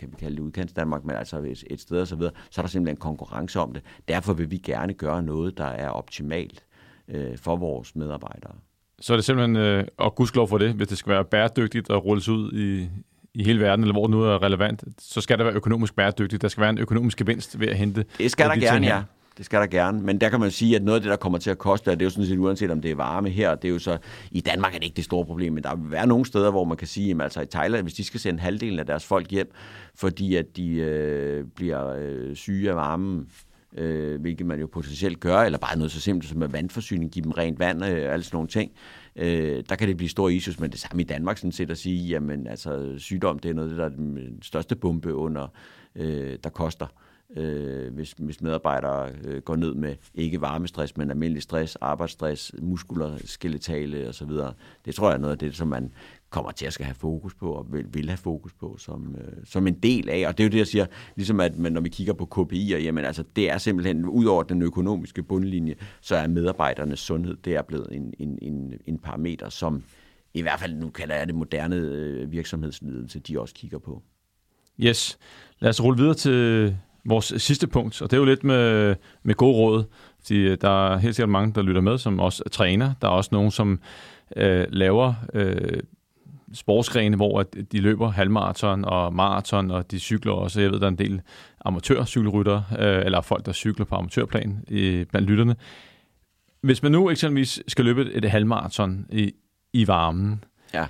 kan vi kalde det udkants Danmark, men altså et sted og så videre, så er der simpelthen konkurrence om det. Derfor vil vi gerne gøre noget, der er optimalt for vores medarbejdere. Så er det simpelthen, og gudskelov for det, hvis det skal være bæredygtigt og rulles ud i hele verden, eller hvor det nu er relevant, så skal der være økonomisk bæredygtigt. Der skal være en økonomisk gevinst ved at hente. Det skal der gerne, ja. Det skal der gerne, men der kan man sige, at noget af det, der kommer til at koste, det er jo sådan set uanset om det er varme her, det er jo så, i Danmark er det ikke det store problem, men der vil være nogle steder, hvor man kan sige, at altså i Thailand, hvis de skal sende halvdelen af deres folk hjem, fordi at de bliver syge af varmen, hvilket man jo potentielt gør, eller bare noget så simpelt som med vandforsyning, give dem rent vand og alle sådan nogle ting, der kan det blive store issues, men det samme i Danmark sådan set at sige, jamen altså sygdom, det er noget, der er den største bombe under, der koster. Hvis medarbejdere går ned med ikke varmestress, men almindelig stress, arbejdsstress, muskuler, skeletale osv. Det tror jeg er noget af det, som man kommer til at skal have fokus på, og vil have fokus på som en del af. Og det er jo det, jeg siger, ligesom at når vi kigger på KPI'er, jamen altså det er simpelthen, ud over den økonomiske bundlinje, så er medarbejdernes sundhed, det er blevet en parameter, som i hvert fald, nu kalder jeg det moderne virksomhedsledelse, de også kigger på. Yes. Lad os rulle videre til vores sidste punkt, og det er jo lidt med gode råd. Fordi der er helt sikkert mange, der lytter med, som også træner. Der er også nogen, som laver sportsgrene, hvor de løber halvmaraton og maraton, og de cykler også. Jeg ved, der er en del amatørcykelryttere, eller folk, der cykler på amatørplan blandt lytterne. Hvis man nu eksempelvis skal løbe et halvmaraton i varmen,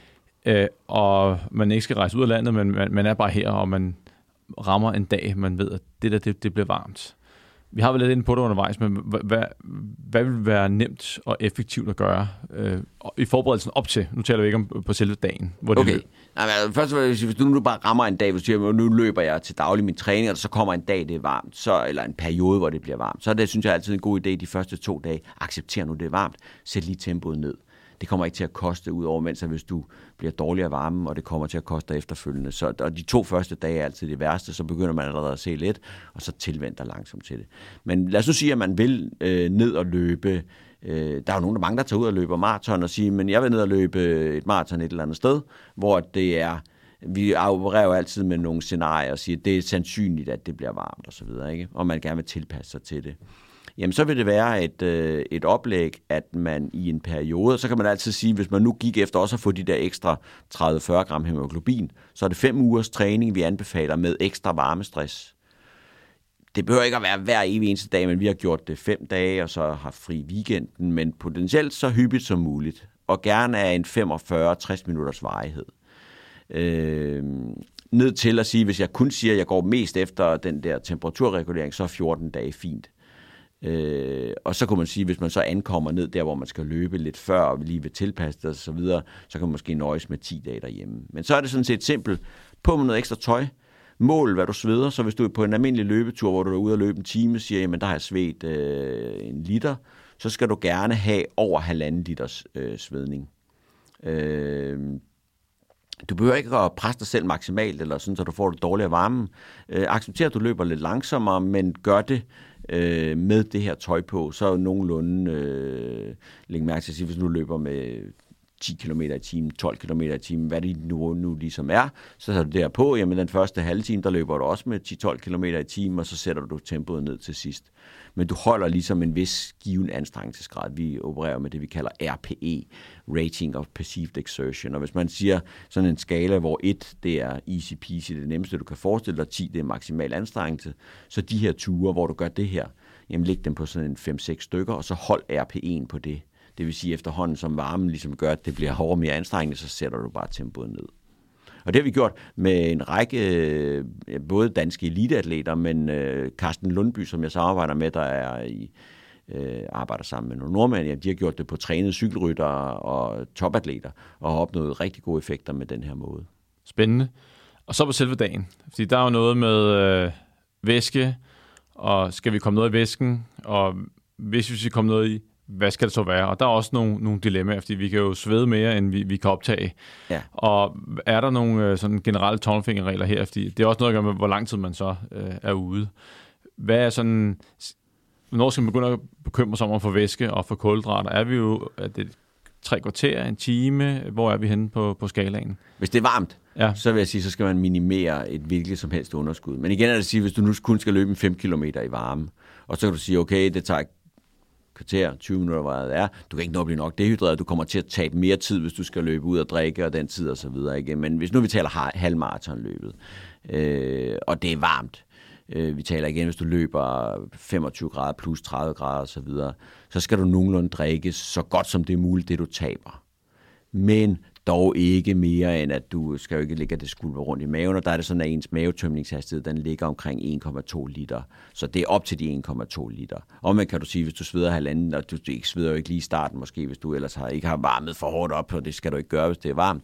og man ikke skal rejse ud af landet, men man er bare her, og man rammer en dag, man ved, at det bliver varmt. Vi har vel lidt inde på det undervejs, men hvad vil være nemt og effektivt at gøre i forberedelsen op til? Nu taler vi ikke om på selve dagen. Hvor det Først hvis du nu bare rammer en dag, hvis du siger, nu løber jeg til daglig min træning, og så kommer en dag, det er varmt, eller en periode, hvor det bliver varmt, så er det, synes jeg, altid en god idé de første 2 dage. Accepter nu, det er varmt. Sæt lige tempoet ned. Det kommer ikke til at koste ud over, mens hvis du bliver dårlig af varmen, og det kommer til at koste efterfølgende. Og de 2 første dage er altid det værste, så begynder man allerede at se lidt, og så tilventer langsomt til det. Men lad os nu sige, at man vil ned og løbe. Der er jo mange, der tager ud og løber maraton og siger, men jeg vil ned og løbe et maraton et eller andet sted, hvor det er, vi opererer jo altid med nogle scenarier og siger, at det er sandsynligt, at det bliver varmt og så videre, ikke? Og man gerne vil tilpasse sig til det. Jamen, så vil det være et oplæg, at man i en periode, så kan man altid sige, hvis man nu gik efter også at få de der ekstra 30-40 gram hemoglobin, så er det 5 ugers træning, vi anbefaler med ekstra varmestress. Det behøver ikke at være hver evig eneste dag, men vi har gjort det 5 dage, og så har fri weekenden, men potentielt så hyppigt som muligt, og gerne af en 45-60 minutters varighed. Ned til at sige, hvis jeg kun siger, at jeg går mest efter den der temperaturregulering, så er 14 dage fint. Og så kunne man sige, hvis man så ankommer ned der, hvor man skal løbe lidt før, og lige vil tilpasse det og så videre, så kan man måske nøjes med 10 dage derhjemme. Men så er det sådan set simpelt. På med noget ekstra tøj. Mål, hvad du sveder. Så hvis du er på en almindelig løbetur, hvor du er ude og løbe en time, siger, jamen der har jeg svedt 1 liter, så skal du gerne have over 1,5 liters svedning. Du behøver ikke at presse dig selv maksimalt, eller sådan, så du får det dårligere varme. Accepter, at du løber lidt langsommere, men gør det med det her tøj på, så er nogenlunde læg mærke til at sige, hvis du løber med 10 km i timen, 12 km i timen, hvad det nu ligesom er, så tager du der på, jamen den første halve time, der løber du også med 10-12 km i timen, og så sætter du tempoet ned til sidst. Men du holder ligesom en vis given anstrengelsesgrad. Vi opererer med det, vi kalder RPE, Rating of Perceived Exertion. Og hvis man siger sådan en skala, hvor 1, det er easy peasy, det nemmeste, du kan forestille dig, 10, det er maksimal anstrengelse, så de her ture, hvor du gør det her, jamen læg dem på sådan en 5-6 stykker, og så hold RPE'en på det. Det vil sige, efterhånden som varmen ligesom gør, at det bliver hårdere mere anstrengende, så sætter du bare tempoet ned. Og det har vi gjort med en række, både danske eliteatleter, men Carsten Lundby, som jeg samarbejder med, der er arbejder sammen med nogle nordmænd, ja, de har gjort det på trænede cykelryttere og topatleter, og har opnået rigtig gode effekter med den her måde. Spændende. Og så på selve dagen, fordi der er jo noget med væske, og skal vi komme noget i væsken, og hvis vi skal komme noget i, hvad skal det så være? Og der er også nogle dilemmaer, fordi vi kan jo svede mere, end vi kan optage. Ja. Og er der nogle sådan generelle tommelfingerregler her? Fordi det er også noget at gøre med, hvor lang tid man så er ude. Hvad er sådan... Hvornår skal man begynde at bekymre sig om at få væske og få kulhydrater? Er vi jo... Er det 3 kvarter, en time? Hvor er vi henne på skalaen? Hvis det er varmt, så vil jeg sige, så skal man minimere et hvilket som helst underskud. Men igen er det at sige, hvis du nu kun skal løbe en 5 km i varme, og så kan du sige, okay, det tager kvarter, 20 minutter, hvad det er. Du kan ikke nå at blive nok dehydreret. Du kommer til at tabe mere tid, hvis du skal løbe ud og drikke, og den tid og så videre. Ikke? Men hvis nu vi taler halvmaratonløbet, og det er varmt, vi taler igen, hvis du løber 25 grader plus 30 grader og så videre, så skal du nogenlunde drikke så godt som det er muligt, det du taber. Men dog ikke mere, end at du skal jo ikke ligge det skulper rundt i maven, og der er det sådan, at ens mavetømningshastighed, den ligger omkring 1,2 liter. Så det er op til de 1,2 liter. Og man kan du sige, hvis du sveder halvanden, og du ikke sveder jo ikke lige i starten måske, hvis du ellers ikke har varmet for hårdt op, og det skal du ikke gøre, hvis det er varmt,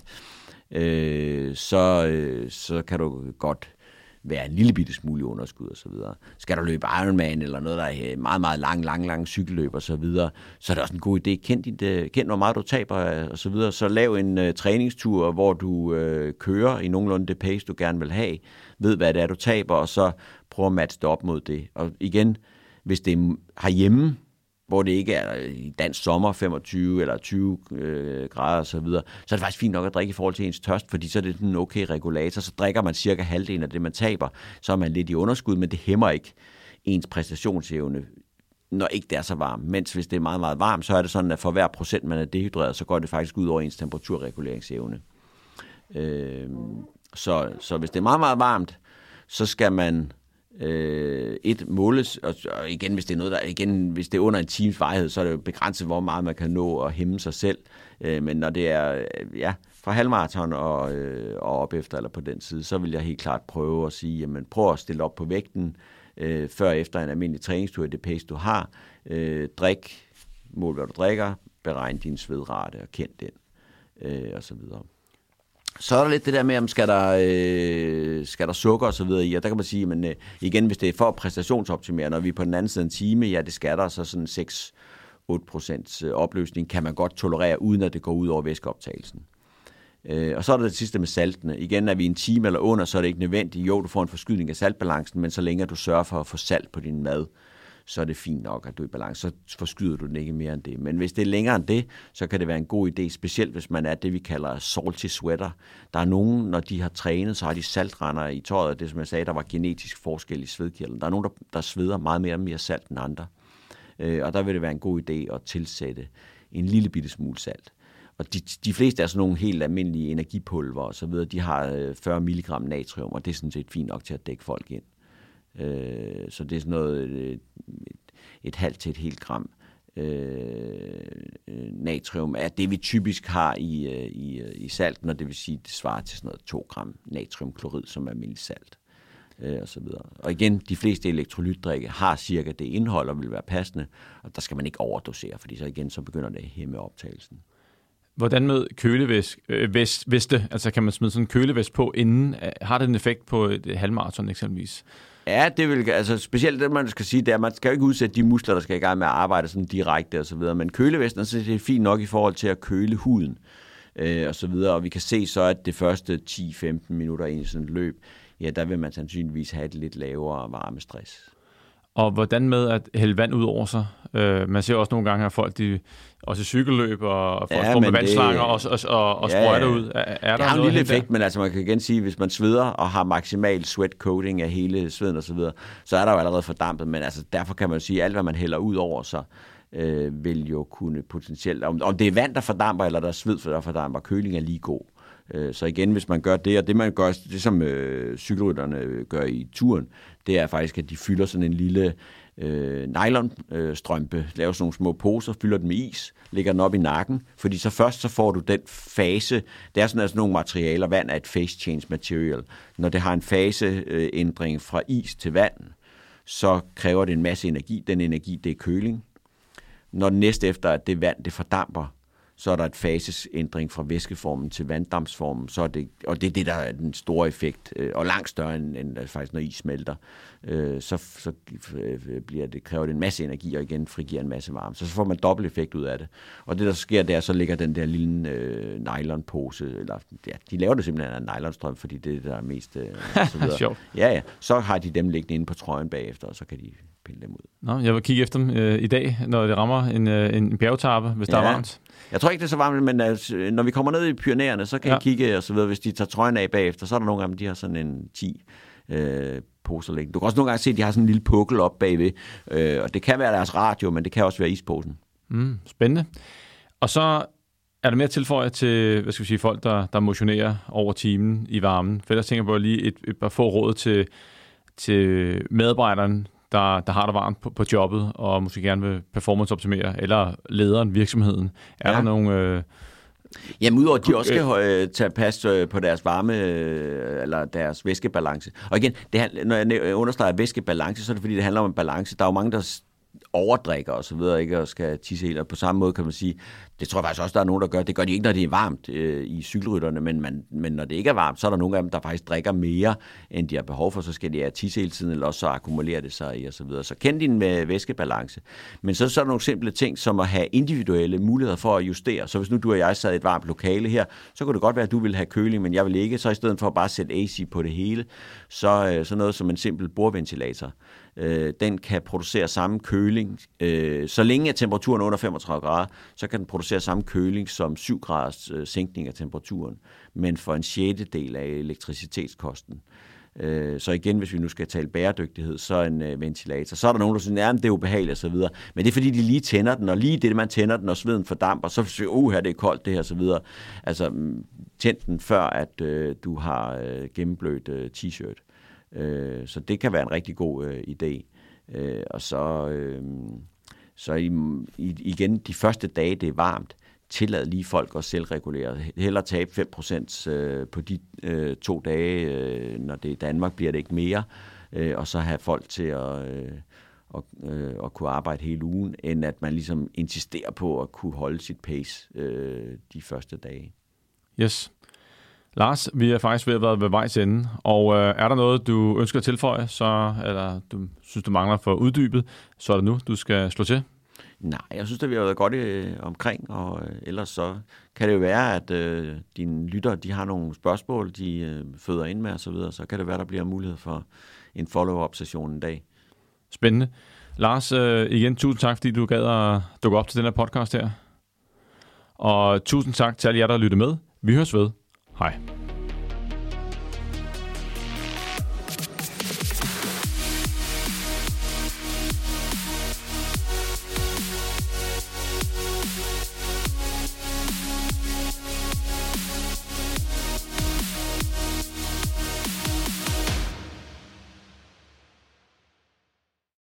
så kan du godt være en lille bitte smule underskud og så videre. Skal du løbe Ironman eller noget, der er meget, meget lang cykelløb og så videre, så er det også en god idé. Kend hvor meget du taber og så videre. Så lav en træningstur, hvor du kører i nogenlunde det pace, du gerne vil have. Ved, hvad det er, du taber, og så prøv at matche det op mod det. Og igen, hvis det er herhjemme, hvor det ikke er i dansk sommer 25 eller 20 grader og så videre, så er det faktisk fint nok at drikke i forhold til ens tørst, fordi så er det en okay regulator, så drikker man cirka halvdelen af det, man taber, så er man lidt i underskud, men det hæmmer ikke ens præstationsevne, når ikke det er så varmt. Mens hvis det er meget, meget varmt, så er det sådan, at for hver procent, man er dehydreret, så går det faktisk ud over ens temperaturreguleringsevne. Så hvis det er meget, meget varmt, så skal man et måles, og igen, hvis det er noget, hvis det er under en times varighed, så er det jo begrænset, hvor meget man kan nå at hæmme sig selv. Men når det er fra halvmaraton og op efter, eller på den side, så vil jeg helt klart prøve at sige, jamen prøv at stille op på vægten, før efter en almindelig træningstur i det pace, du har. Drik, mål hvad du drikker, beregn din svedrate og kend den, og så videre. Så er der lidt det der med, om skal der sukker og så videre i, og der kan man sige, men igen, hvis det er for at præstationsoptimere, når vi er på den anden side en time, ja, det skal der, så sådan 6-8% opløsning kan man godt tolerere, uden at det går ud over væskeoptagelsen. Og så er der det sidste med saltene. Igen, er vi en time eller under, så er det ikke nødvendigt. Jo, du får en forskydning af saltbalancen, men så længe du sørger for at få salt på din mad, så er det fint nok, at du er i balance. Så forskyder du den ikke mere end det. Men hvis det er længere end det, så kan det være en god idé, specielt hvis man er det, vi kalder salty sweater. Der er nogen, når de har trænet, så har de saltrender i tøjet. Det, som jeg sagde, der var genetisk forskel i svedkirtlen. Der er nogen, der sveder meget mere salt end andre. Og der vil det være en god idé at tilsætte en lille bitte smule salt. Og de fleste er sådan nogle helt almindelige energipulver og så videre. De har 40 mg natrium, og det er sådan set fint nok til at dække folk ind. Så det er sådan noget et halvt til et helt gram natrium er det, vi typisk har i salten, og det vil sige, det svarer til sådan noget 2 gram natriumklorid, som er almindelig salt. Og så videre. Og igen, de fleste elektrolytdrikke har cirka det indhold og vil være passende, og der skal man ikke overdosere, fordi så begynder det at hæmme optagelsen. Hvordan med køleveste? Altså kan man smide sådan en kølevest på inden? Har det en effekt på et halvmaraton eksempelvis? Ja, det vil, altså specielt det, man skal sige, det er, at man skal jo ikke udsætte de muskler, der skal i gang med at arbejde sådan direkte og så videre. Men kølevesten, så det er fint nok i forhold til at køle huden og så videre. Og vi kan se så, at det første 10-15 minutter ind i sådan et løb, ja, der vil man sandsynligvis have et lidt lavere varmestress. Og hvordan med at hælde vand ud over sig? Man ser også nogle gange, at folk også cykelløb og folk får med vandslanger og sprøjter ud. Er der har en lille effekt, men altså man kan igen sige, hvis man sveder og har maksimal sweat coating af hele sveden og så videre, så er der jo allerede fordampet, men altså derfor kan man jo sige, at alt hvad man hælder ud over sig, vil jo kunne potentielt, om det er vand, der fordamper, eller der er sved, der fordamper, køling er lige god. Så igen, hvis man gør det, og det man gør, det som cykelrytterne gør i turen, det er faktisk, at de fylder sådan en lille nylonstrømpe, laver sådan nogle små poser, fylder den med is, lægger den op i nakken, fordi så først så får du den fase, det er sådan altså nogle materialer, vand er et phase change material, når det har en faseændring fra is til vand, så kræver det en masse energi, den energi det er køling. Når den næste efter, at det vand det fordamper, så er der et fasesændring fra væskeformen til vanddampsformen, så er det, og det er det, der er den store effekt, og langt større end faktisk, når is smelter, så kræver det en masse energi, og igen frigiver en masse varme. Så får man dobbelt effekt ud af det. Og det, der sker der, så ligger den der lille nylonpose, eller ja, de laver det simpelthen af en nylonstrøm, fordi det er det, der er mest så videre. Ja. Så har de dem liggende inde på trøjen bagefter, og så kan de pille dem ud. Nå, jeg vil kigge efter dem i dag, når det rammer en bjergetappe, hvis der er varmt. Jeg tror ikke, det er så varmt, men når vi kommer ned i Pyrenæerne, så kan jeg kigge, og så videre, hvis de tager trøjen af bagefter, så er der nogle af dem, de har sådan en 10 poser liggende. Du kan også nogle gange se, at de har sådan en lille pukkel op bagved, og det kan være deres radio, men det kan også være isposen. Spændende. Og så er der mere tilføje til, hvad skal vi sige, folk, der motionerer over timen i varmen. For ellers tænker jeg på lige et par få råd til medarbejderen, der har det varmt på jobbet, og måske gerne vil performance-optimere, eller lederen, virksomheden. Er der nogle... Jamen udover, at de også skal tage pas på deres varme, eller deres væskebalance. Og igen, når jeg understreger væskebalance, så er det fordi, det handler om en balance. Der er jo mange, der overdrikker og så videre, ikke, og skal tisse helt. Og på samme måde kan man sige, det tror jeg faktisk også, der er nogen, der gør. Det gør de ikke, når det er varmt i cykelrytterne, men når det ikke er varmt, så er der nogle af dem, der faktisk drikker mere, end de har behov for. Så skal de tisse hele tiden, eller også så akkumulerer det sig i og så videre. Så kend din væskebalance. Men så er der nogle simple ting, som at have individuelle muligheder for at justere. Så hvis nu du og jeg sad i et varmt lokale her, så kunne det godt være, at du ville have køling, men jeg vil ikke. Så i stedet for at bare sætte AC på det hele, så noget som en simpel bordventilator. Den kan producere samme køling. Så længe er temperaturen under 35 grader, så kan den producere samme køling som 7 graders sænkning af temperaturen, men for en sjettedel af elektricitetskosten. Så igen, hvis vi nu skal tale bæredygtighed, så en ventilator. Så er der nogen, der synes, at det er ubehageligt og så videre. Men det er fordi, de lige tænder den, og lige det, man tænder den, og sveden fordamper, så siger her det er koldt det her og så videre. Altså, tænd den før, at du har gennemblødt t-shirt. Så det kan være en rigtig god idé. Og så igen, de første dage, det er varmt, tillad lige folk at selvregulere. Hellere tabe 5% på de 2 dage, når det er i Danmark, bliver det ikke mere. Og så have folk til at kunne arbejde hele ugen, end at man ligesom insisterer på at kunne holde sit pace de første dage. Yes. Lars, vi er faktisk ved at være ved vejs ende, og er der noget, du ønsker at tilføje, eller du synes, du mangler for uddybet, så er det nu, du skal slå til? Nej, jeg synes, at vi har været godt omkring, og ellers så kan det jo være, at dine lyttere, de har nogle spørgsmål, de føder ind med osv., så kan det være, der bliver mulighed for en follow-up-session en dag. Spændende. Lars, igen, tusind tak, fordi du gad at dukke op til den her podcast her. Og tusind tak til alle jer, der lyttede med. Vi høres ved. Hej.